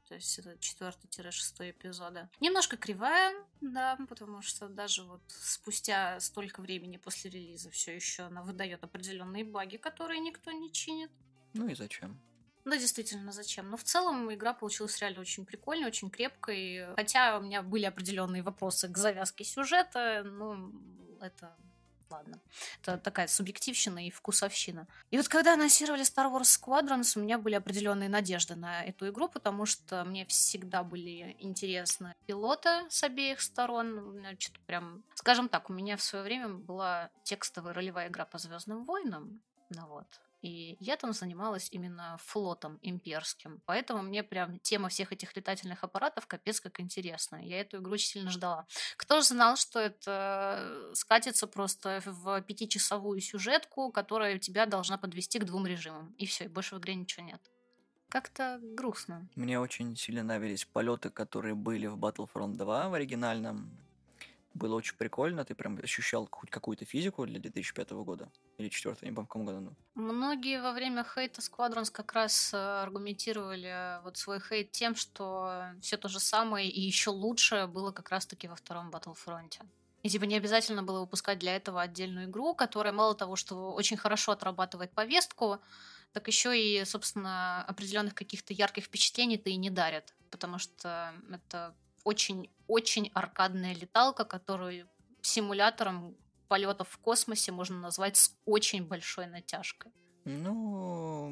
[SPEAKER 2] То есть это 4-6 эпизода. Немножко кривая, да, потому что даже вот спустя столько времени после релиза все еще она выдает определенные баги, которые никто не чинит.
[SPEAKER 1] Ну и зачем?
[SPEAKER 2] Да, действительно, зачем? Но в целом игра получилась реально очень прикольной, очень крепкой. Хотя у меня были определенные вопросы к завязке сюжета, ну, это... Ладно. Это такая субъективщина и вкусовщина. И вот когда анонсировали Star Wars Squadrons, у меня были определенные надежды на эту игру, потому что мне всегда были интересны пилоты с обеих сторон. У меня что-то прям... Скажем так, у меня в свое время была текстовая ролевая игра по Звездным войнам. Ну вот. И я там занималась именно флотом имперским. Поэтому мне прям тема всех этих летательных аппаратов капец как интересна. Я эту игру очень сильно ждала. Кто же знал, что это скатится просто в 5-часовую сюжетку, которая тебя должна подвести к 2 режимам. И все, и больше в игре ничего нет. Как-то грустно.
[SPEAKER 1] Мне очень сильно нравились полеты, которые были в Battlefront 2 в оригинальном. Было очень прикольно, ты прям ощущал хоть какую-то физику для 2005 года. Или 4, не помню, в каком году.
[SPEAKER 2] Многие во время хейта Squadrons как раз аргументировали вот свой хейт тем, что все то же самое и еще лучше было как раз-таки во втором Battlefront. И типа не обязательно было выпускать для этого отдельную игру, которая мало того, что очень хорошо отрабатывает повестку, так еще и, собственно, определенных каких-то ярких впечатлений-то и не дарит. Потому что это очень-очень аркадная леталка, которую симулятором полетов в космосе можно назвать с очень большой натяжкой.
[SPEAKER 1] Ну,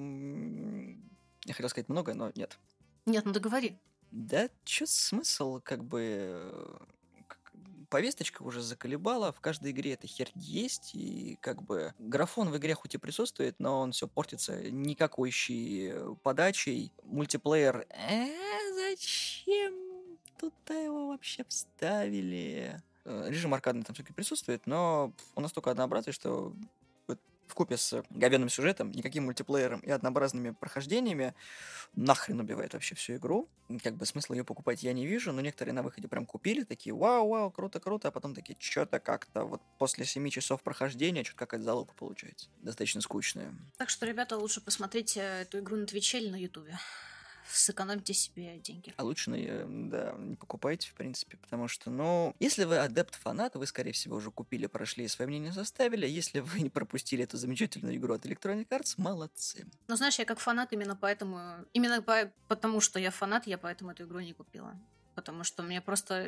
[SPEAKER 1] я хотел сказать много, но нет.
[SPEAKER 2] Нет, ну договори.
[SPEAKER 1] Да, чё смысл, как бы... Повесточка уже заколебала, в каждой игре эта херь есть, и как бы графон в игре хоть и присутствует, но он все портится никакойщей подачей. Мультиплеер, зачем туда его вообще вставили? Режим аркадный там все-таки присутствует, но он настолько однообразный, что вкупе с говенным сюжетом, никаким мультиплеером и однообразными прохождениями нахрен убивает вообще всю игру. Как бы смысла ее покупать я не вижу, но некоторые на выходе прям купили, такие вау, круто, а потом такие, что-то как-то вот после 7 часов прохождения что-то какая-то залупа получается. Достаточно скучная.
[SPEAKER 2] Так что, ребята, лучше посмотрите эту игру на Твиче или на Ютубе. Сэкономьте себе деньги.
[SPEAKER 1] А лучше, да, не покупайте, в принципе, потому что, ну, если вы адепт-фанат, вы, скорее всего, уже купили, прошли и свое мнение составили. Если вы не пропустили эту замечательную игру от Electronic Arts, молодцы.
[SPEAKER 2] Но знаешь, я как фанат потому что я фанат, я поэтому эту игру не купила. Потому что мне просто,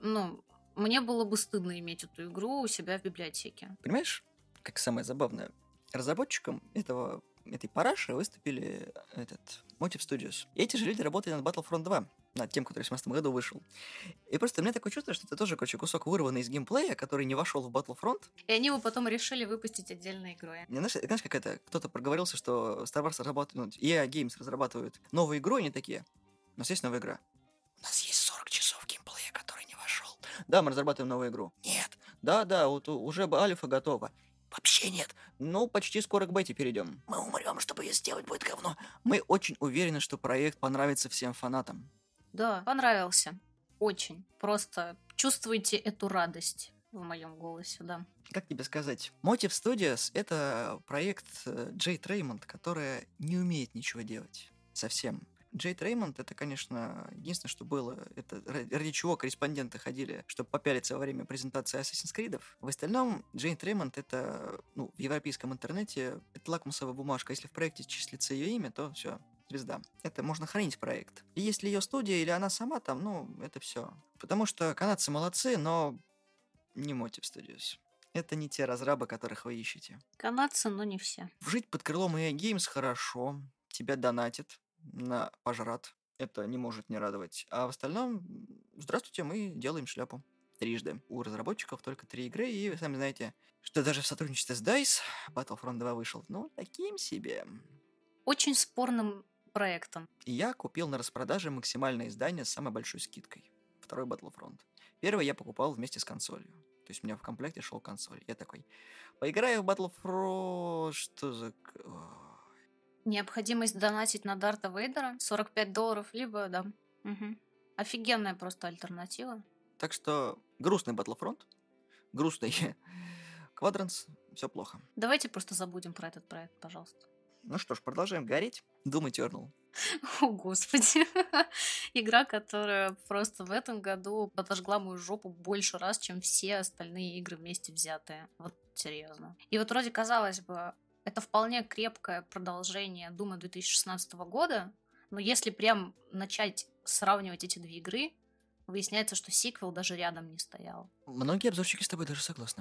[SPEAKER 2] мне было бы стыдно иметь эту игру у себя в библиотеке.
[SPEAKER 1] Понимаешь, как самое забавное? Разработчиком этой параши выступили Motive Studios. И эти же люди работали над Battlefront 2, над тем, который в 2017 году вышел. И просто у меня такое чувство, что это тоже, короче, кусок вырванный из геймплея, который не вошел в Battlefront.
[SPEAKER 2] И они его потом решили выпустить отдельной игрой.
[SPEAKER 1] Знаешь, как это? Кто-то проговорился, что Star Wars разрабатывают, EA Games разрабатывают новую игру, и они такие. У нас есть новая игра. У нас есть 40 часов геймплея, который не вошел. Да, мы разрабатываем новую игру. Нет. Да, вот уже альфа готова. Вообще нет. Ну, почти скоро к бете перейдем. Мы умрем, чтобы ее сделать, будет говно. Мы очень уверены, что проект понравится всем фанатам.
[SPEAKER 2] Да, понравился. Очень. Просто чувствуйте эту радость в моем голосе, да.
[SPEAKER 1] Как тебе сказать? Motive Studios — это проект Джейд Реймонд, которая не умеет ничего делать. Совсем. Джейд Реймонд — это, конечно, единственное, что было, это ради чего корреспонденты ходили, чтобы попялиться во время презентации Assassin's Creed. В остальном, Джейд Реймонд — это, в европейском интернете, это лакмусовая бумажка. Если в проекте числится ее имя, то все, звезда. Это можно хранить проект. И если ее студия или она сама там, это все. Потому что канадцы молодцы, но не Motive Studios. Это не те разрабы, которых вы ищете.
[SPEAKER 2] Канадцы, но не все.
[SPEAKER 1] Жить под крылом EA Games хорошо. Тебя донатят на пожрат. Это не может не радовать. А в остальном, здравствуйте, мы делаем шляпу. Трижды. У разработчиков только 3 игры, и вы сами знаете, что даже в сотрудничестве с DICE Battlefront 2 вышел, таким себе.
[SPEAKER 2] Очень спорным проектом.
[SPEAKER 1] И я купил на распродаже максимальное издание с самой большой скидкой. Второй Battlefront. Первый я покупал вместе с консолью. То есть у меня в комплекте шел консоль. Я такой, поиграю в Battlefront, что за...
[SPEAKER 2] Необходимость донатить на Дарта Вейдера $45, либо, да. Угу. Офигенная просто альтернатива.
[SPEAKER 1] Так что грустный Battlefront, грустный Quadrants, все плохо.
[SPEAKER 2] Давайте просто забудем про этот проект, пожалуйста.
[SPEAKER 1] Ну что ж, продолжаем гореть. Doom Eternal.
[SPEAKER 2] О, господи. Игра, которая просто в этом году подожгла мою жопу больше раз, чем все остальные игры вместе взятые. Вот серьезно. И вот вроде, казалось бы, это вполне крепкое продолжение Дума 2016 года, но если прям начать сравнивать эти две игры, выясняется, что сиквел даже рядом не стоял.
[SPEAKER 1] Многие обзорщики с тобой даже согласны.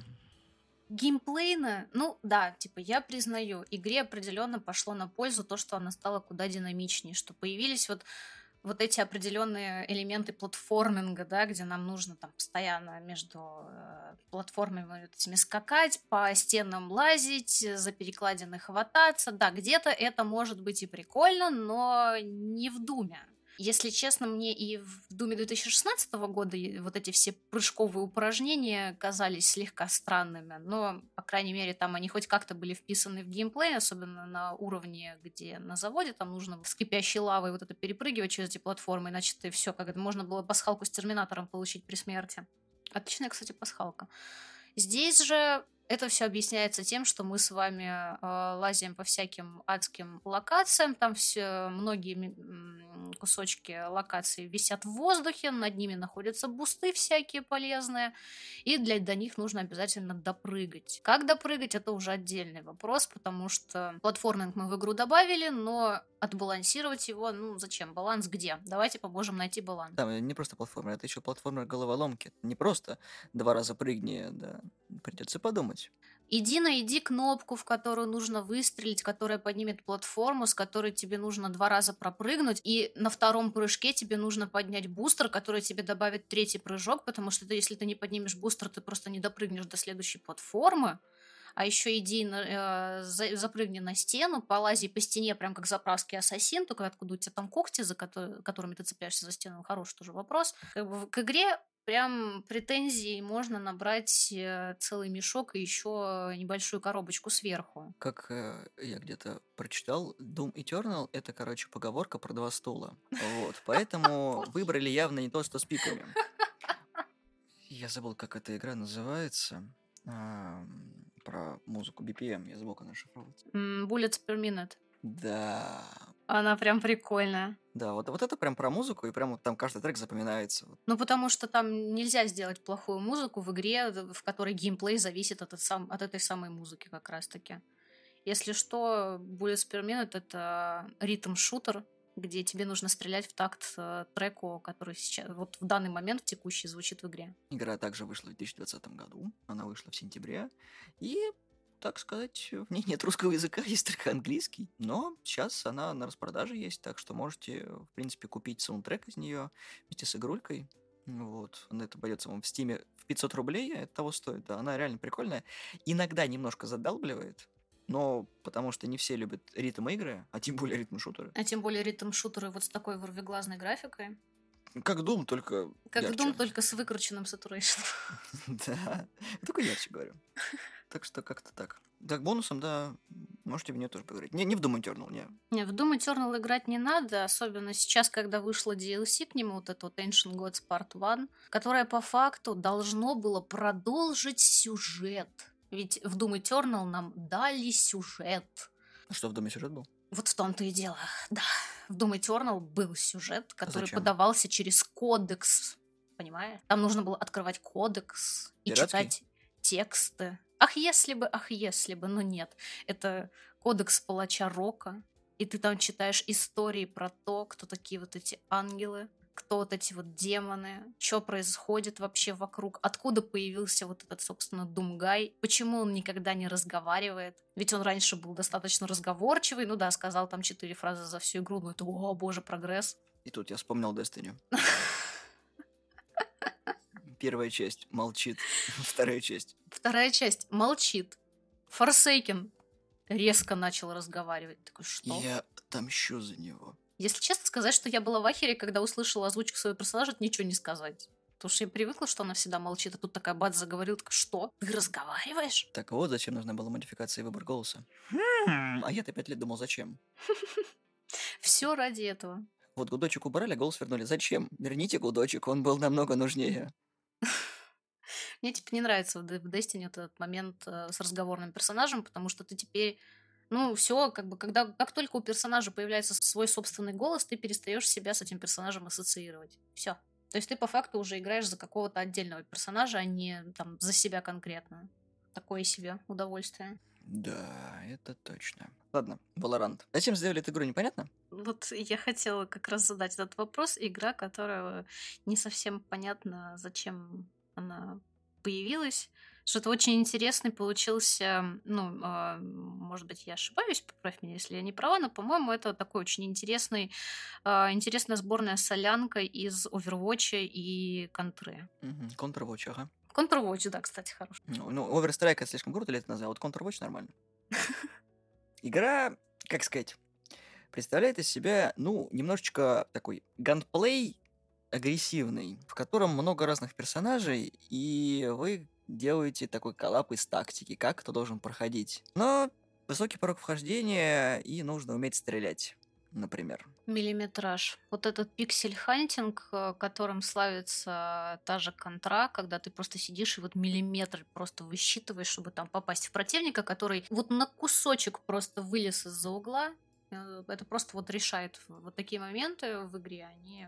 [SPEAKER 2] Геймплейно, ну да, типа я признаю, игре определенно пошло на пользу то, что она стала куда динамичнее, что появились вот эти определенные элементы платформинга, да, где нам нужно там постоянно между платформами вот этими скакать, по стенам лазить, за перекладины хвататься. Да, где-то это может быть и прикольно, но не в Думе. Если честно, мне и в Думе 2016 года вот эти все прыжковые упражнения казались слегка странными, но, по крайней мере, там они хоть как-то были вписаны в геймплей, особенно на уровне, где на заводе, там нужно с кипящей лавой вот это перепрыгивать через эти платформы, иначе ты все, как это можно было пасхалку с Терминатором получить при смерти. Отличная, кстати, пасхалка. Здесь же это все объясняется тем, что мы с вами лазим по всяким адским локациям. Там все многие кусочки локаций висят в воздухе, над ними находятся бусты всякие полезные, и до них нужно обязательно допрыгать. Как допрыгать, это уже отдельный вопрос, потому что платформинг мы в игру добавили, но отбалансировать его, ну зачем? Баланс где? Давайте поможем найти баланс.
[SPEAKER 1] Да, не просто платформер, это еще платформер головоломки. Не просто 2 раза прыгни, да. Придется подумать.
[SPEAKER 2] Найди кнопку, в которую нужно выстрелить, которая поднимет платформу, с которой тебе нужно 2 раза пропрыгнуть, и на втором прыжке тебе нужно поднять бустер, который тебе добавит 3-й прыжок, потому что если ты не поднимешь бустер, ты просто не допрыгнешь до следующей платформы. А еще запрыгни на стену, полази по стене, прям как заправский ассасин, только откуда у тебя там когти, которыми ты цепляешься за стену, хороший тоже вопрос. Как бы к игре прям претензий можно набрать целый мешок и еще небольшую коробочку сверху.
[SPEAKER 1] Как я где-то прочитал, Doom Eternal — это, короче, поговорка про 2 стула. Вот, поэтому выбрали явно не то, что с пиками. Я забыл, как эта игра называется. Про музыку BPM, я забыл, как она шифровывается.
[SPEAKER 2] Bullets per minute.
[SPEAKER 1] Да.
[SPEAKER 2] Она прям прикольная.
[SPEAKER 1] Да, вот это прям про музыку, и прям вот там каждый трек запоминается.
[SPEAKER 2] Ну, потому что там нельзя сделать плохую музыку в игре, в которой геймплей зависит от этой самой музыки как раз-таки. Если что, Bullets per minute — это ритм-шутер, где тебе нужно стрелять в такт треку, который сейчас, вот в данный момент в текущий звучит в игре.
[SPEAKER 1] Игра также вышла в 2020 году, она вышла в сентябре, и, так сказать, в ней нет русского языка, есть только английский, но сейчас она на распродаже есть, так что можете, в принципе, купить саундтрек из нее вместе с игрулькой. Вот, это пойдется вам в Стиме в 500 рублей, это того стоит, да, она реально прикольная. Иногда немножко задалбливает, но потому что не все любят ритм-игры, а тем более ритм-шутеры.
[SPEAKER 2] А тем более ритм-шутеры вот с такой ворвиглазной графикой.
[SPEAKER 1] Как Doom, только
[SPEAKER 2] Как
[SPEAKER 1] ярче.
[SPEAKER 2] Doom, только с выкрученным saturation.
[SPEAKER 1] Да, только ярче говорю. Так что как-то так. Так, бонусом, да, можете в нее тоже поиграть. Не в Doom Eternal, не.
[SPEAKER 2] Не, в Doom Eternal играть не надо, особенно сейчас, когда вышло DLC к нему, вот это вот Ancient Gods Part 1, которое по факту должно было продолжить сюжет. Ведь в Doom Eternal нам дали сюжет.
[SPEAKER 1] Что в Доме сюжет был?
[SPEAKER 2] Вот в том-то и дело, да. В Doom Eternal был сюжет, который
[SPEAKER 1] Зачем?
[SPEAKER 2] подавался через кодекс, понимаешь? Там нужно было открывать кодекс и
[SPEAKER 1] Пиратский?
[SPEAKER 2] читать тексты. Ах, если бы, но нет. Это кодекс палача Рока, и ты там читаешь истории про то, кто такие вот эти ангелы, кто вот эти вот демоны, что происходит вообще вокруг, откуда появился вот этот, собственно, Думгай, почему он никогда не разговаривает. Ведь он раньше был достаточно разговорчивый, ну да, сказал там 4 фразы за всю игру, ну это, о боже, прогресс.
[SPEAKER 1] И тут я вспомнил Destiny. Первая часть молчит, вторая часть.
[SPEAKER 2] Вторая часть молчит. Forsaken резко начал разговаривать. Такой, что?
[SPEAKER 1] Я отомщу за него.
[SPEAKER 2] Если честно сказать, что я была в ахере, когда услышала озвучку своего персонажа, это ничего не сказать. Потому что я привыкла, что она всегда молчит, а тут такая бац заговорила, так что? Ты разговариваешь?
[SPEAKER 1] Так вот, зачем нужна была модификация и выбор голоса. А я-то 5 лет думал, зачем?
[SPEAKER 2] Все ради этого.
[SPEAKER 1] Вот гудочек убрали, а голос вернули. Зачем? Верните гудочек, он был намного нужнее.
[SPEAKER 2] Мне типа не нравится в Destiny вот этот момент с разговорным персонажем, потому что ты теперь Ну, все, как бы, как только у персонажа появляется свой собственный голос, ты перестаешь себя с этим персонажем ассоциировать. Все. То есть ты по факту уже играешь за какого-то отдельного персонажа, а не там за себя конкретно. Такое себе удовольствие.
[SPEAKER 1] Да, это точно. Ладно, Valorant. Зачем сделали эту игру, непонятно?
[SPEAKER 2] Вот я хотела как раз задать этот вопрос. Игра, которая не совсем понятно, зачем она появилась. Что-то очень интересный получился, ну, может быть, я ошибаюсь, поправь меня, если я не права, но, по-моему, это такой очень интересный, интересная сборная солянка из Overwatch и Контры.
[SPEAKER 1] Counter-Watch, ага.
[SPEAKER 2] Counter-Watch, да, кстати, хороший.
[SPEAKER 1] Ну, Overstrike это слишком круто лет назад, а вот Counter-Watch нормально. Игра, как сказать, представляет из себя, ну, немножечко такой ганплей агрессивный, в котором много разных персонажей, и вы делаете такой коллап из тактики, как кто должен проходить. Но высокий порог вхождения, и нужно уметь стрелять, например.
[SPEAKER 2] Миллиметраж. Вот этот пиксель-хантинг, которым славится та же контра, когда ты просто сидишь и вот миллиметр просто высчитываешь, чтобы там попасть в противника, который вот на кусочек просто вылез из-за угла. Это просто вот решает вот такие моменты в игре. Они,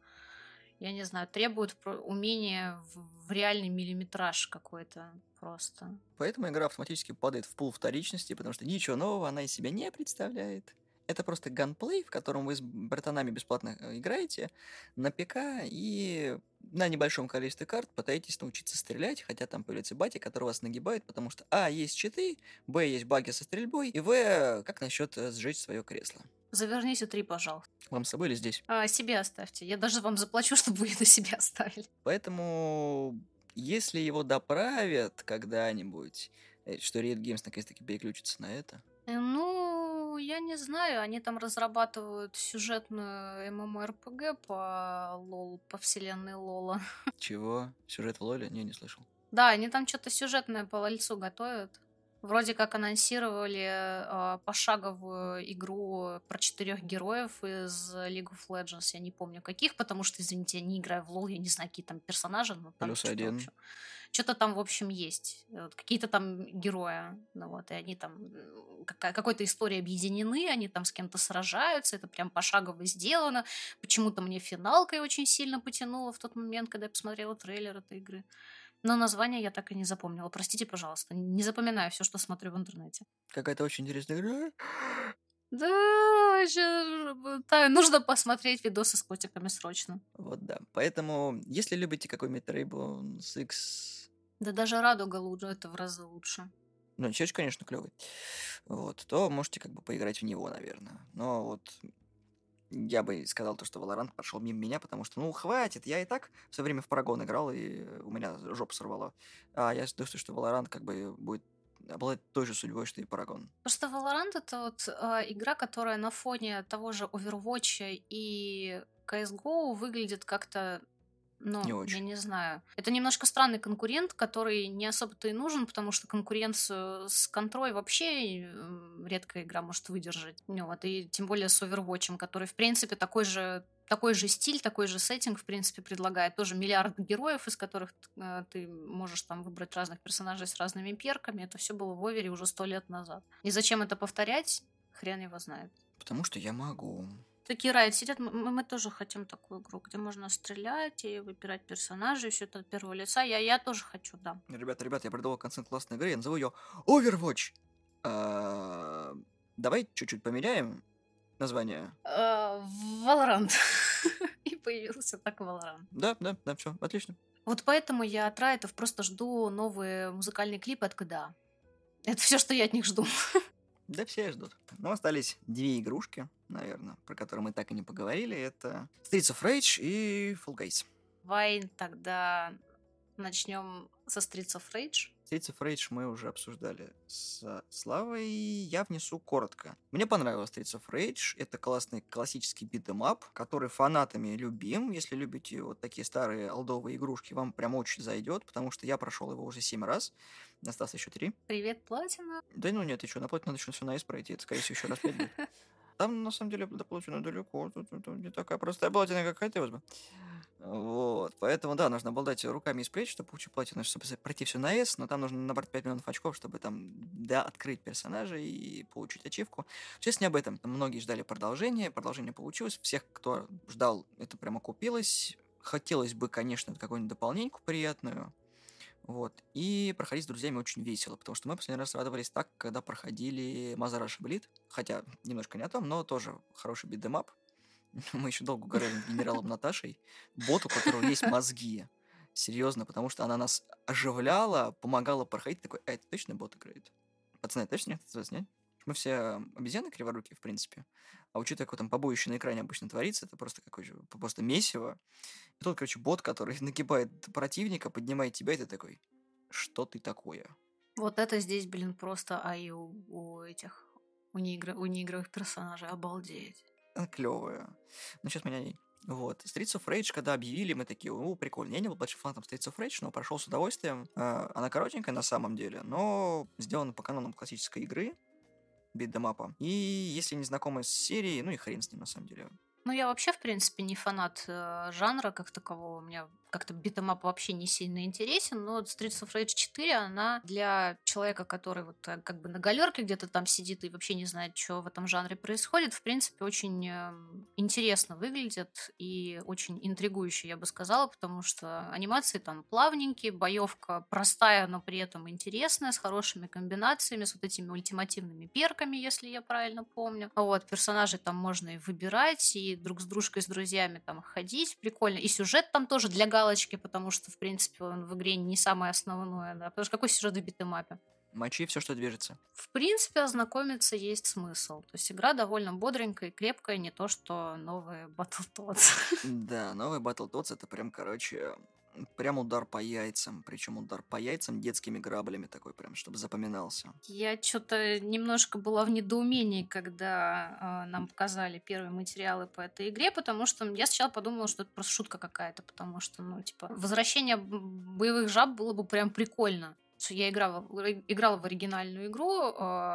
[SPEAKER 2] я не знаю, требуют умения в реальный миллиметраж какой-то просто.
[SPEAKER 1] Поэтому игра автоматически падает в пул вторичности, потому что ничего нового она из себя не представляет. Это просто ганплей, в котором вы с братанами бесплатно играете на ПК и на небольшом количестве карт пытаетесь научиться стрелять, хотя там появляются бати, которые вас нагибают, потому что есть читы, есть баги со стрельбой, и как насчет сжечь свое кресло?
[SPEAKER 2] Заверните 3, пожалуйста.
[SPEAKER 1] Вам с собой или здесь?
[SPEAKER 2] Себе оставьте. Я даже вам заплачу, чтобы вы на себя оставили.
[SPEAKER 1] Поэтому, если его доправят когда-нибудь, что Riot Games наконец-таки переключится на это.
[SPEAKER 2] Ну, я не знаю, они там разрабатывают сюжетную ММО-РПГ по лол, по вселенной Лола.
[SPEAKER 1] Чего? Сюжет в Лоле? Не слышал.
[SPEAKER 2] Да, они там что-то сюжетное по лольцу готовят. Вроде как анонсировали пошаговую игру про 4 героев из League of Legends. Я не помню каких, потому что, извините, я не играю в лол, я не знаю, какие там персонажи, но там
[SPEAKER 1] Плюс один.
[SPEAKER 2] что-то там, в общем, есть. Вот какие-то там герои. Ну вот, и они там какой-то историей объединены, они там с кем-то сражаются, это прям пошагово сделано. Почему-то мне финалкой очень сильно потянуло в тот момент, когда я посмотрела трейлер этой игры. Но название я так и не запомнила. Простите, пожалуйста. Не запоминаю все, что смотрю в интернете.
[SPEAKER 1] Какая-то очень интересная игра.
[SPEAKER 2] Да, нужно посмотреть видосы с котиками срочно.
[SPEAKER 1] Вот да. Поэтому, если любите какой-нибудь Rainbow Six...
[SPEAKER 2] Да даже Радуга лучше, это в разы лучше.
[SPEAKER 1] Ну, Чеч, конечно, клевый. Вот, то можете как бы поиграть в него, наверное. Но вот я бы сказал то, что Valorant прошел мимо меня, потому что, ну, хватит, я и так все время в Парагон играл, и у меня жопу сорвало. А я думаю, что Valorant как бы будет обладать той же судьбой, что и Парагон.
[SPEAKER 2] Просто Valorant это вот игра, которая на фоне того же Overwatch и CSGO выглядит как-то, ну,
[SPEAKER 1] Не
[SPEAKER 2] я
[SPEAKER 1] очень.
[SPEAKER 2] не знаю. Это немножко странный конкурент, который не особо-то и нужен, потому что конкуренцию с контрой вообще редкая игра может выдержать. Ну, вот, и тем более с Overwatch, который, в принципе, такой же стиль, такой же сеттинг, в принципе, предлагает. Тоже миллиард героев, из которых ты можешь там выбрать разных персонажей с разными перками. Это все было в Овере уже 100 лет назад. И зачем это повторять, хрен его знает.
[SPEAKER 1] Потому что я могу.
[SPEAKER 2] Такие Riot сидят, мы тоже хотим такую игру, где можно стрелять и выбирать персонажей, все это от первого лица. Я тоже хочу, да.
[SPEAKER 1] Ребята, я придумал концепт классной игры, я назову ее Overwatch. Давай чуть-чуть поменяем название.
[SPEAKER 2] Valorant. И появился так Valorant.
[SPEAKER 1] Да, все, отлично.
[SPEAKER 2] Вот поэтому я от Райтов просто жду новые музыкальные клипы от КДА. Это все, что я от них жду.
[SPEAKER 1] Да все ждут. Но остались 2 игрушки, наверное, про которые мы так и не поговорили. Это Streets of Rage и Fall Guys.
[SPEAKER 2] Давай тогда начнем со Streets of Rage.
[SPEAKER 1] Streets of Rage мы уже обсуждали с Славой. Я внесу коротко. Мне понравилось Streets of Rage. Это классный классический битэмап, который фанатами любим. Если любите вот такие старые олдовые игрушки, вам прям очень зайдет, потому что я прошел его уже 7 раз. Осталось еще 3.
[SPEAKER 2] Привет, Платина.
[SPEAKER 1] Да ну нет, ты что, на платину надо еще все на S пройти. Это, скорее всего, еще раз 5 будет. Там, на самом деле, до получено далеко. Тут не такая простая платина, как хотелось бы. Вот. Поэтому, да, нужно обладать руками из плеч, чтобы получить платину, чтобы пройти все на S, но там нужно набрать 5 миллионов очков, чтобы там, да, открыть персонажа и получить ачивку. Сейчас не об этом. Там многие ждали продолжения, продолжение получилось. Всех, кто ждал, это прямо купилось. Хотелось бы, конечно, какую-нибудь дополненьку приятную. Вот. И проходить с друзьями очень весело, потому что мы последний раз радовались так, когда проходили Мазараш Блит, хотя немножко не о том, но тоже хороший битдемап. Мы еще долго угорали над генералом Наташей, бот, у которого есть мозги. Серьезно, потому что она нас оживляла, помогала проходить. Такой, это точно бот играет? Пацаны, точно нет? Нет? Мы все обезьяны криворукие, в принципе. А учитывая, какое там побоище на экране обычно творится, это просто какое-то просто месиво. И тут, короче, бот, который нагибает противника, поднимает тебя, и ты такой, что ты такое?
[SPEAKER 2] Вот это здесь, блин, просто у этих, у неигровых персонажей. Обалдеть.
[SPEAKER 1] Она клевая. Но сейчас меня не... Вот. Streets of Rage, когда объявили, мы такие, прикольно. Я не был большим фанатом Streets of Rage, но прошел с удовольствием. Она коротенькая на самом деле, но сделана по канонам классической игры, битдемапа. И если не знакомы с серией, ну и хрен с ним на самом деле.
[SPEAKER 2] Ну, я вообще, в принципе, не фанат жанра как такового. Мне как-то битэмап вообще не сильно интересен, но вот Streets of Rage 4, она для человека, который вот как бы на галерке где-то там сидит и вообще не знает, что в этом жанре происходит, в принципе, очень интересно выглядит и очень интригующе, я бы сказала, потому что анимации там плавненькие, боевка простая, но при этом интересная, с хорошими комбинациями, с вот этими ультимативными перками, если я правильно помню. Вот, персонажей там можно и выбирать, и друг с дружкой, с друзьями там ходить, прикольно. И сюжет там тоже для галочки, потому что, в принципе, он в игре не самое основное, да. Потому что какой сюжет в битэмапе?
[SPEAKER 1] Мочи все, что движется.
[SPEAKER 2] В принципе, ознакомиться есть смысл. То есть игра довольно бодренькая и крепкая, не то что новые Battletoads.
[SPEAKER 1] Да, новый Battletoads это прям, короче, прям удар по яйцам. Причем удар по яйцам детскими граблями такой прям, чтобы запоминался.
[SPEAKER 2] Я что-то немножко была в недоумении, когда нам показали первые материалы по этой игре, потому что я сначала подумала, что это просто шутка какая-то, потому что, ну, типа, возвращение боевых жаб было бы прям прикольно. Я играла в оригинальную игру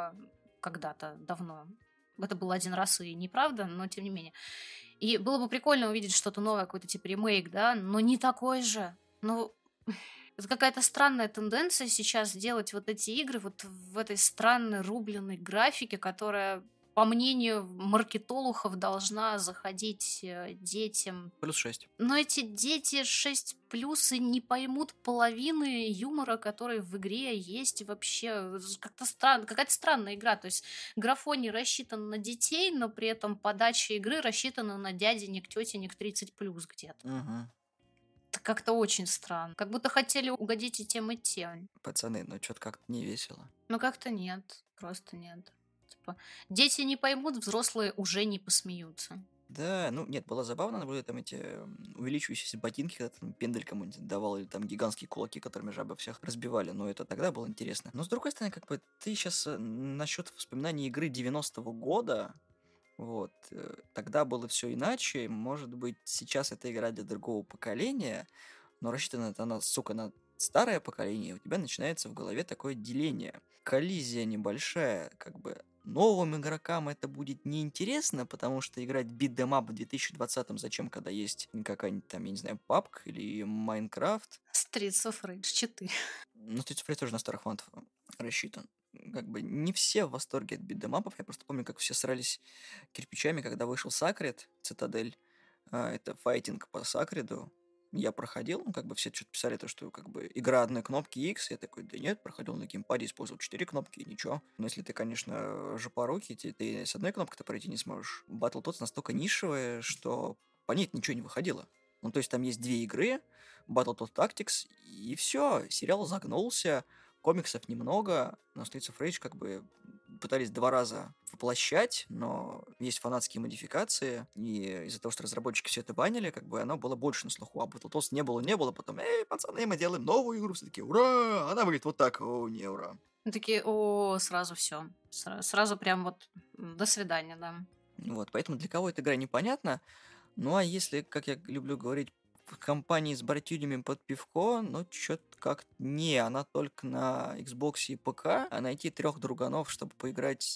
[SPEAKER 2] когда-то давно. Это было один раз и неправда, но тем не менее. И было бы прикольно увидеть что-то новое, какой-то типа ремейк, да, но не такой же. Ну, это какая-то странная тенденция сейчас делать вот эти игры вот в этой странной рубленой графике, которая, по мнению маркетологов, должна заходить детям.
[SPEAKER 1] Плюс 6.
[SPEAKER 2] Но эти дети 6 плюс и не поймут половины юмора, который в игре есть вообще. Как-то странно, какая-то странная игра. То есть графоний рассчитан на детей, но при этом подача игры рассчитана на дяденек, тетенек 30 плюс где-то.
[SPEAKER 1] Угу.
[SPEAKER 2] Это как-то очень странно. Как будто хотели угодить и тем, и тем.
[SPEAKER 1] Пацаны, ну что-то как-то не весело.
[SPEAKER 2] Но как-то нет. Просто нет. Типа, дети не поймут, взрослые уже не посмеются.
[SPEAKER 1] Да, ну нет, было забавно наблюдать там эти увеличивающиеся ботинки, когда там пендель кому-нибудь давал, или там гигантские кулаки, которыми жабы всех разбивали. Но это тогда было интересно. Но с другой стороны, как бы ты сейчас насчет воспоминаний игры 90-го года, вот, тогда было все иначе. Может быть, сейчас эта игра для другого поколения, но рассчитана она, сука, на старое поколение, и у тебя начинается в голове такое деление. Коллизия небольшая, как бы новым игрокам это будет неинтересно, потому что играть битдемап в 2020-м зачем, когда есть какая-нибудь там, я не знаю, PUBG или Майнкрафт.
[SPEAKER 2] Streets of Rage 4.
[SPEAKER 1] Ну, Streets of Rage тоже на старых фанатов рассчитан. Как бы не все в восторге от битдемапов. Я просто помню, как все срались кирпичами, когда вышел Сакред, Цитадель. Это файтинг по Сакреду. Я проходил, ну, как бы все что-то писали, то, что как бы игра одной кнопки X. Я такой, да нет, проходил на геймпаде, использовал 4 кнопки, и ничего. Но если ты, конечно, жопорукий, ты с одной кнопкой-то пройти не сможешь. Battletoads настолько нишевая, что по ней ничего не выходило. Ну, то есть там есть 2 игры, Battletoads Tactics, и все, сериал загнулся, комиксов немного, но Streets of Rage как бы пытались 2 раза воплощать, но есть фанатские модификации, и из-за того, что разработчики все это банили, как бы оно было больше на слуху, а Battletoads не было, потом, пацаны, мы делаем новую игру, все таки ура! Она выглядит вот так, о, не, ура.
[SPEAKER 2] Такие, сразу все. Сразу прям вот до свидания, да.
[SPEAKER 1] Вот, поэтому для кого эта игра непонятна, ну а если, как я люблю говорить, в компании с братюнями под пивко, ну, чё-то как не, она только на Xbox и ПК, а найти 3 друганов, чтобы поиграть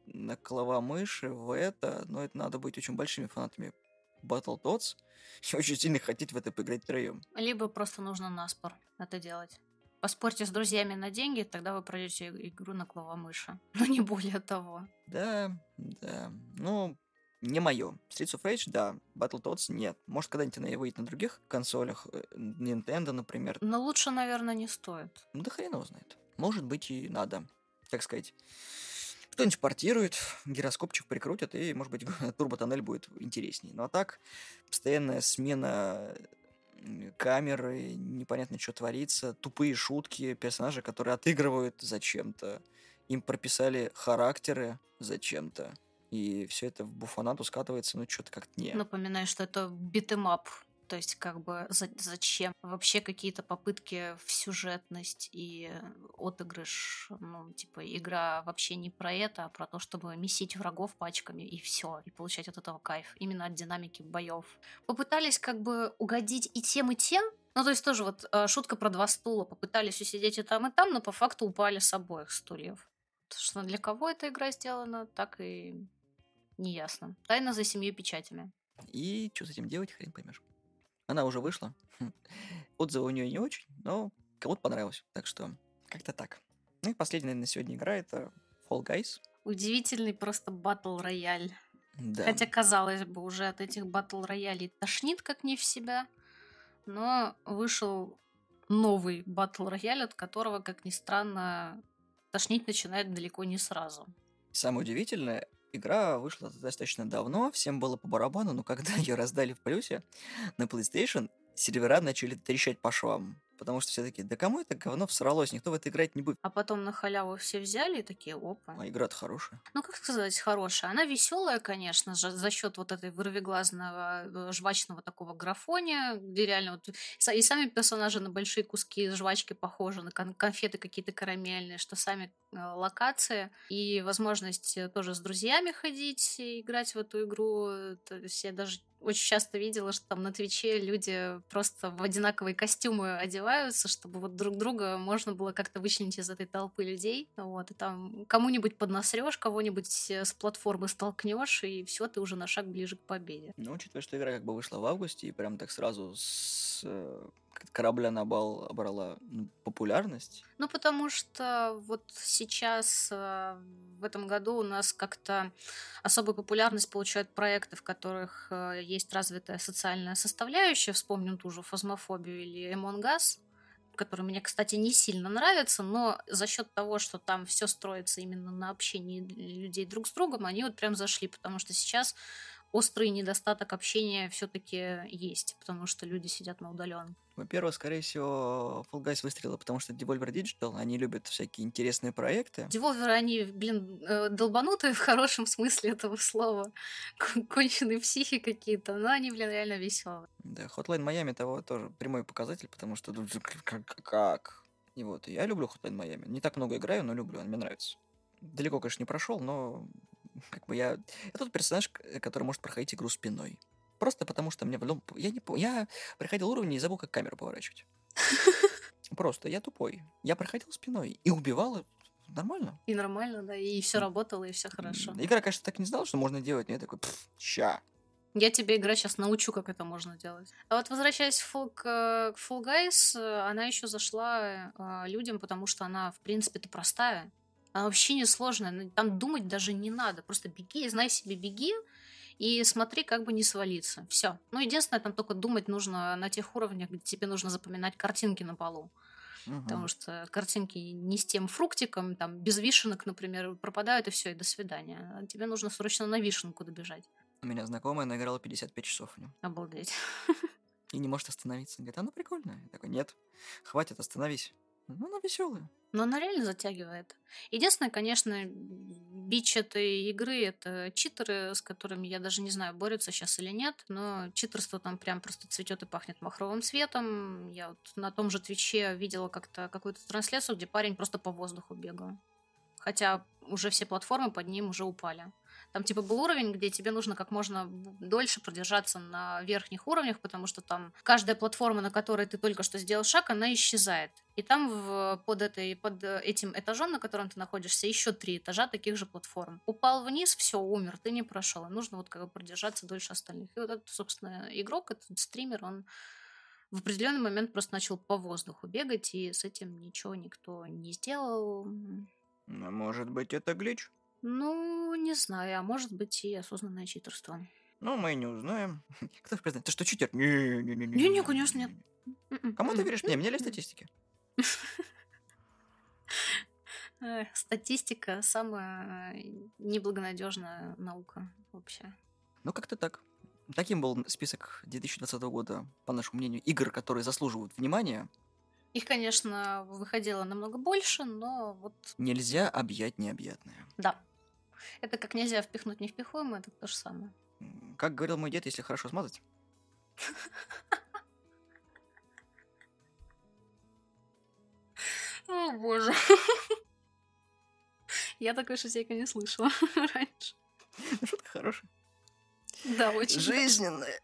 [SPEAKER 1] на клавомыши в это, но это надо быть очень большими фанатами Battletoads и очень сильно хотеть в это поиграть втроем.
[SPEAKER 2] Либо просто нужно наспор это делать. Поспорьте с друзьями на деньги, тогда вы пройдете игру на клавомыши. Но не более того.
[SPEAKER 1] Да. Ну, не мое. Streets of Rage, да. Battletoads нет. Может, когда-нибудь она и выйдет на других консолях. Nintendo, например.
[SPEAKER 2] Но лучше, наверное, не стоит.
[SPEAKER 1] Ну, да хрен его знает. Может быть, и надо, так сказать. Кто-нибудь портирует, гироскопчик прикрутят, и, может быть, турботоннель будет интересней. Ну, а так, постоянная смена камеры, непонятно, что творится, тупые шутки, персонажи, которые отыгрывают зачем-то. Им прописали характеры зачем-то. И все это в буфанату скатывается, ну, что-то как-то не.
[SPEAKER 2] Напоминаю, что это битэмап. То есть, как бы, зачем? Вообще какие-то попытки в сюжетность и отыгрыш, ну, типа, игра вообще не про это, а про то, чтобы месить врагов пачками, и все, и получать от этого кайф. Именно от динамики боев. Попытались, как бы, угодить и тем, и тем. Ну, то есть, тоже вот шутка про 2 стула. Попытались усидеть и там, но по факту упали с обоих стульев. Потому что для кого эта игра сделана, так и неясно. Тайна за 7 печатями.
[SPEAKER 1] И что с этим делать, хрен поймешь. Она уже вышла. Отзывы у нее не очень, но кому-то понравилось. Так что как-то так. Ну и последняя на сегодня игра — это Fall Guys.
[SPEAKER 2] Удивительный просто батл-рояль.
[SPEAKER 1] Да.
[SPEAKER 2] Хотя, казалось бы, уже от этих батл-роялей тошнит как не в себя. Но вышел новый батл-рояль, от которого, как ни странно, тошнить начинает далеко не сразу.
[SPEAKER 1] Самое удивительное, игра вышла достаточно давно, всем было по барабану, но когда ее раздали в плюсе на PlayStation, сервера начали трещать по швам. Потому что все таки да кому это говно всралось, никто в это играть не будет.
[SPEAKER 2] А потом на халяву все взяли и такие, опа.
[SPEAKER 1] А игра-то хорошая.
[SPEAKER 2] Ну, как сказать, хорошая. Она веселая, конечно же, за счет вот этой вырвиглазного, жвачного такого графония, где реально вот и сами персонажи на большие куски жвачки похожи, на конфеты какие-то карамельные, что сами локации. И возможность тоже с друзьями ходить и играть в эту игру. То есть я даже очень часто видела, что там на Твиче люди просто в одинаковые костюмы одеваются, чтобы вот друг друга можно было как-то вычленить из этой толпы людей. Вот, и там кому-нибудь поднасрёшь, кого-нибудь с платформы столкнешь, и все, ты уже на шаг ближе к победе.
[SPEAKER 1] Ну, учитывая, что игра как бы вышла в августе и прям так сразу с корабля на бал обрала популярность.
[SPEAKER 2] Ну, потому что вот сейчас, в этом году у нас как-то особую популярность получают проекты, в которых есть развитая социальная составляющая. Вспомним ту же «Фазмофобию» или «Among Us», который мне, кстати, не сильно нравится, но за счет того, что там все строится именно на общении людей друг с другом, они вот прям зашли, потому что сейчас острый недостаток общения все-таки есть, потому что люди сидят на удаленке.
[SPEAKER 1] Во-первых, скорее всего, Fall Guys выстрелила, потому что Devolver Digital, они любят всякие интересные проекты.
[SPEAKER 2] Деволверы, они, долбанутые в хорошем смысле этого слова. Конченые психи какие-то, но они, реально веселые.
[SPEAKER 1] Да, Hotline Miami того тоже прямой показатель, потому что как? И вот, я люблю Hotline Miami. Не так много играю, но люблю, он мне нравится. Далеко, конечно, не прошел, но как бы я тот персонаж, который может проходить игру спиной. Просто потому что мне я проходил уровни и забыл, как камеру поворачивать. Просто я тупой. Я проходил спиной и убивал нормально.
[SPEAKER 2] И нормально, да, и все работало, и все хорошо.
[SPEAKER 1] Игра, конечно, так не знала, что можно делать, но я такой, ща.
[SPEAKER 2] Я тебе, игра, сейчас научу, как это можно делать. А вот возвращаясь к Fall Guys, она еще зашла людям, потому что она, в принципе-то, простая. Она вообще не сложная. Там думать даже не надо. Просто беги, знай себе, беги. И смотри, как бы не свалиться. Все. Ну, единственное, там только думать нужно на тех уровнях, где тебе нужно запоминать картинки на полу. Потому что картинки не с тем фруктиком, там, без вишенок, например, пропадают, и все, и до свидания. А тебе нужно срочно на вишенку добежать.
[SPEAKER 1] У меня знакомая наиграла 55 часов в нем.
[SPEAKER 2] Обалдеть.
[SPEAKER 1] И не может остановиться. Говорит, она прикольная. Я такой, нет, хватит, остановись. Ну, она веселая.
[SPEAKER 2] Но она реально затягивает. Единственное, конечно, бич этой игры — это читеры, с которыми я даже не знаю, борются сейчас или нет, но читерство там прям просто цветет и пахнет махровым цветом. Я вот на том же Твиче видела как-то какую-то трансляцию, где парень просто по воздуху бегал. Хотя уже все платформы под ним уже упали. Там типа был уровень, где тебе нужно как можно дольше продержаться на верхних уровнях, потому что там каждая платформа, на которой ты только что сделал шаг, она исчезает. И там под этим этажом, на котором ты находишься, еще 3 этажа таких же платформ. Упал вниз, все, умер, ты не прошел. И нужно вот как бы продержаться дольше остальных. И вот этот, собственно, игрок, этот стример, он в определенный момент просто начал по воздуху бегать, и с этим ничего никто не сделал.
[SPEAKER 1] Может быть, это глич?
[SPEAKER 2] Ну, не знаю, а может быть и осознанное читерство.
[SPEAKER 1] Ну, мы не узнаем. Кто ж признает? Ты что, читер?
[SPEAKER 2] Не, конечно, нет.
[SPEAKER 1] Кому ты веришь? Мне или статистике?
[SPEAKER 2] Статистика самая неблагонадежная наука вообще.
[SPEAKER 1] Ну, как-то так. Таким был список 2020 года, по нашему мнению, игр, которые заслуживают внимания.
[SPEAKER 2] Их, конечно, выходило намного больше, но вот...
[SPEAKER 1] Нельзя объять необъятное.
[SPEAKER 2] Да. Это как нельзя впихнуть невпихуемое, это то же самое.
[SPEAKER 1] Как говорил мой дед, если хорошо смазать.
[SPEAKER 2] О, боже. Я такой шутейка не слышала раньше.
[SPEAKER 1] Шутка хорошая.
[SPEAKER 2] Да, очень.
[SPEAKER 1] Жизненная.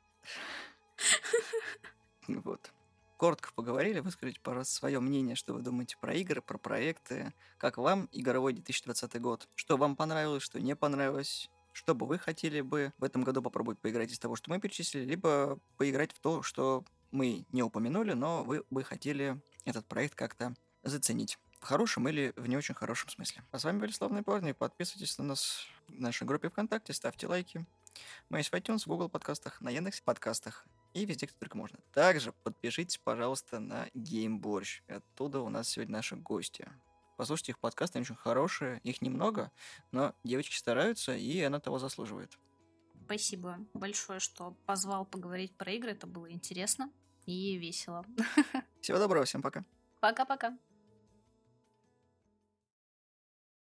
[SPEAKER 1] Вот. Коротко поговорили, выскажите, пожалуйста, свое мнение, что вы думаете про игры, про проекты, как вам игровой 2020 год, что вам понравилось, что не понравилось, что бы вы хотели бы в этом году попробовать поиграть из того, что мы перечислили, либо поиграть в то, что мы не упомянули, но вы бы хотели этот проект как-то заценить. В хорошем или в не очень хорошем смысле. А с вами были Славные Парни. Подписывайтесь на нас в нашей группе ВКонтакте, ставьте лайки. Мы есть в iTunes, в Google подкастах, на Яндекс подкастах и везде, где только можно. Также подпишитесь, пожалуйста, на Геймборщ. Оттуда у нас сегодня наши гости. Послушайте их подкасты, они очень хорошие. Их немного, но девочки стараются, и она того заслуживает.
[SPEAKER 2] Спасибо большое, что позвал поговорить про игры. Это было интересно и весело.
[SPEAKER 1] Всего доброго, всем пока.
[SPEAKER 2] Пока-пока.